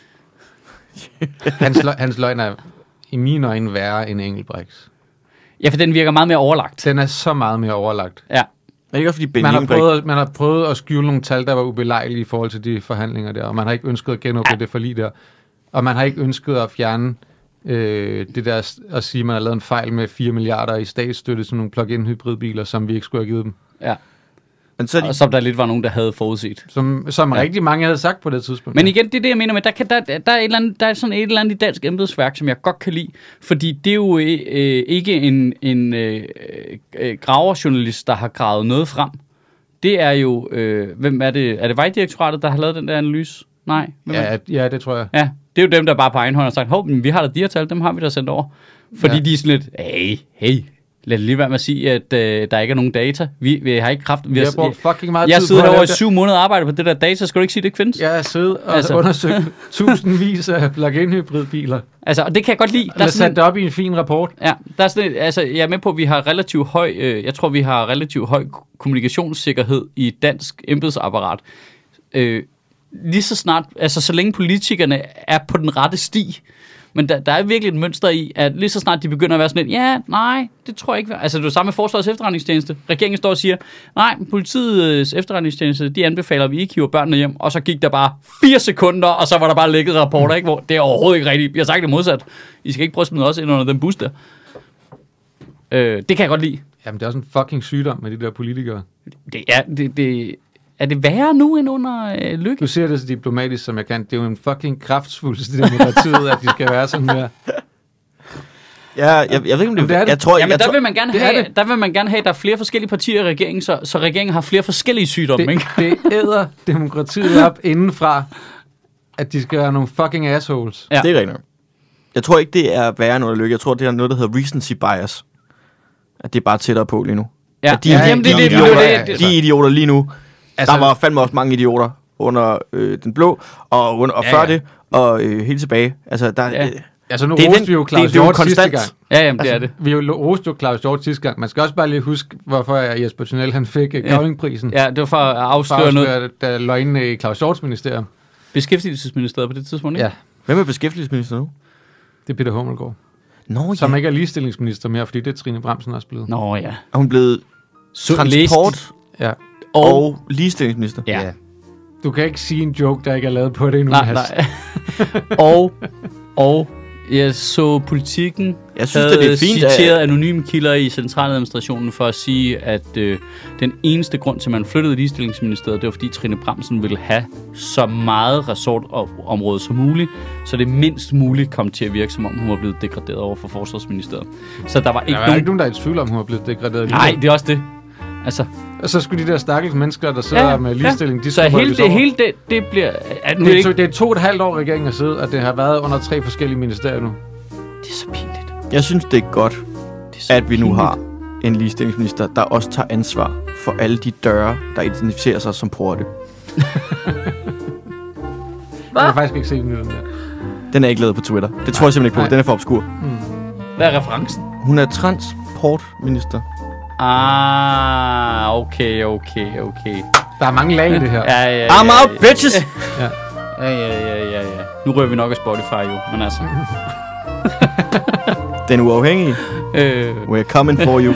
Hans, løg, hans løgn er i mine øjne værre end Engelbrechts. Ja, for den virker meget mere overlagt. Den er så meget mere overlagt. Ja. Er det ikke også, fordi Benny Man har, Engelbrecht... prøvet, man har prøvet at skjule nogle tal, der var ubelejlige i forhold til de forhandlinger der, og man har ikke ønsket at genåbne ja. det forlig der. Og man har ikke ønsket at fjerne øh, det der s- at sige, at man har lavet en fejl med fire milliarder i statsstøtte til nogle plug-in hybridbiler, som vi ikke skulle have givet dem. Ja. Men så er de... Og som der lidt var nogen, der havde forudset. Som, som Ja. ja. rigtig mange havde sagt på det tidspunkt. Men igen, det er det, jeg mener med, der, kan, der, der, er, et eller andet, der er sådan et eller andet i dansk embedsværk, som jeg godt kan lide. Fordi det er jo øh, ikke en, en øh, øh, graverjournalist, der har gravet noget frem. Det er jo, øh, hvem er det? Er det Vejdirektoratet, der har lavet den der analyse? Nej. Hvem er det? Ja, ja, det tror jeg. Ja, det er jo dem, der bare på egen hånd har sagt, hov, men vi har da de her tal, dem har vi da sendt over. Fordi Ja. ja. de er sådan lidt, hey, hey, lad det lige være med at sige, at øh, der ikke er nogen data. Vi, vi har ikke kraft... Vi har brugt fucking meget jeg tid sidder på at herovre lave i det. syv måneder og arbejder på det der data, skal du ikke sige, det ikke findes? Jeg har siddet og Altså. altså. undersøgt tusindvis af plug-in hybridbiler. Altså, og det kan jeg godt lide. Der er sat det op i en fin rapport. Ja, der er sådan et, altså, jeg er med på, at vi har relativt høj, øh, jeg tror, vi har relativt høj kommunikationssikkerhed i dansk embedsapparat. Øh, lige så snart, altså så længe politikerne er på den rette sti, men der, der er virkelig et mønster i, at lige så snart de begynder at være sådan lidt, ja, nej, det tror jeg ikke. Altså det er jo samme med Forsvarets efterretningstjeneste. Regeringen står og siger, nej, politiets efterretningstjeneste, de anbefaler, at vi ikke hiver børnene hjem, og så gik der bare fire sekunder, og så var der bare lækket rapporter, ikke? Hvor det er overhovedet ikke rigtigt. Vi har sagt det modsat. I skal ikke prøve at smide os ind under den bus der. Øh, det kan jeg godt lide. Jamen, det er også en fucking sygdom med de der politikere. Det er, det, det, er det værre nu end under øh, Lykke? Du siger det så diplomatisk, som jeg kan. Det er jo en fucking kraftsvulst i demokratiet, at de skal være sådan her. Ja, jeg, jeg ved ikke, om det, Jamen, det er det. Jeg tror, Jamen, jeg der tror, vil man gerne det er have, det. der vil man gerne have, at der er flere forskellige partier i regeringen, så, så regeringen har flere forskellige sygdomme, Det, ikke? det æder demokratiet op indenfra, at de skal være nogle fucking assholes. Ja. det er rigtigt. Jeg tror ikke, det er værre end under Lykke. Jeg tror, det er noget, der hedder recency bias. At det er bare tættere på lige nu. Ja, At de, ja, de, jamen, de, det, det, det, idioter, det, det, de det, idioter lige nu. Altså- Der var fandme også mange idioter under øh, den blå, og, under, og Ja, før ja. det, og øh, helt tilbage. Altså, der, Ja. øh, Altså, nu Det er roste den- vi jo det- Claus det er jo Hjort sidste konstant. gang. ja, jamen, det er Altså, det. vi jo roste jo Claus Hjort sidste gang. Man skal også bare lige huske, hvorfor Jesper Thunel han fik uh, Cavlingprisen. Ja, det var for at For afsløre at noget. afsløre, der løgnene i Claus Hjorts ministerium. Beskæftigelsesministeriet på det tidspunkt, ikke? Ja, hvem er beskæftigelsesminister nu? det er Peter Hummelgaard. Nå, som ja. ikke er ligestillingsminister mere, fordi det er Trine Bramsen også blevet. Nå ja. Er hun blevet Så transport Ja. og, og ligestillingsminister? Ja. ja. Du kan ikke sige en joke, der ikke er lavet på det endnu. Nej, nej. og, og jeg så Politikken Jeg synes, det er fint, citeret at... anonyme kilder i centraladministrationen for at sige, at øh, den eneste grund til, at man flyttede ligestillingsministeriet, det var fordi Trine Bramsen ville have så meget resortområde som muligt, så det mindst muligt kom til at virke, som om hun var blevet degraderet over for forsvarsministeriet. Så der var ikke der var nogen... ikke nogen, der er i tvivl om, hun var blevet degraderet. Nej, det er også det. Altså, og så skulle de der stakkels mennesker, der sidder ja, med ligestilling, ja. de Så hele det, hele det, det bliver... At nu det, er ikke... to, det er to og et halvt år, regeringen har siddet, og det har været under tre forskellige ministerier nu. Det er så pinligt. Jeg synes, det er godt, det er at vi nu pinligt. har en ligestillingsminister, der også tager ansvar for alle de døre, der identificerer sig som porte. Jeg har faktisk ikke set den der. Den er ikke lavet på Twitter. Det tror jeg simpelthen ikke på. Nej. Den er for obskur. Hmm. Hvad er referencen? Hun er transportminister. Ah, okay, okay, okay. Der er mange lag i det her. Ja, ja, ja, I'm ja, out, bitches! Ja. Ja, ja, ja, ja, ja. Nu rører vi nok af Spotify jo, men altså. Den uafhængige. Øh, We're coming for you.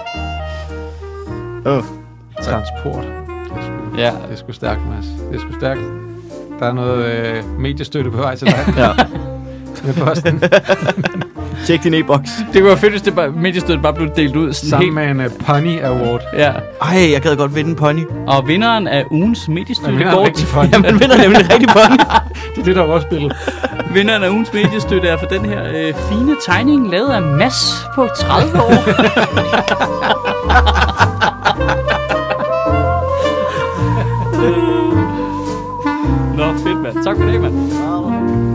Oh. Transport. Det er sgu, ja. det er sgu stærkt, Mads. Det er sgu stærkt. Der er noget øh, mediestøtte på vej til dig. Ja. Med posten. Tjek din e-boks. Det kunne være fedt, hvis det bare, mediestøtten bare blev delt ud. Sådan Sammen helt, med en uh, Pony Award. ja. Ej, jeg gad godt vinde en pony. Og vinderen af ugens mediestøtte Ja, vinderen går er rigtig til... pony. Ja, man vinder nemlig en rigtig pony. Det er det, der er også billedet. Vinderen af ugens mediestøtte er for den her øh, fine tegning, lavet af Mads på tredive år. Nå, fedt, mand. Tak for det, mand.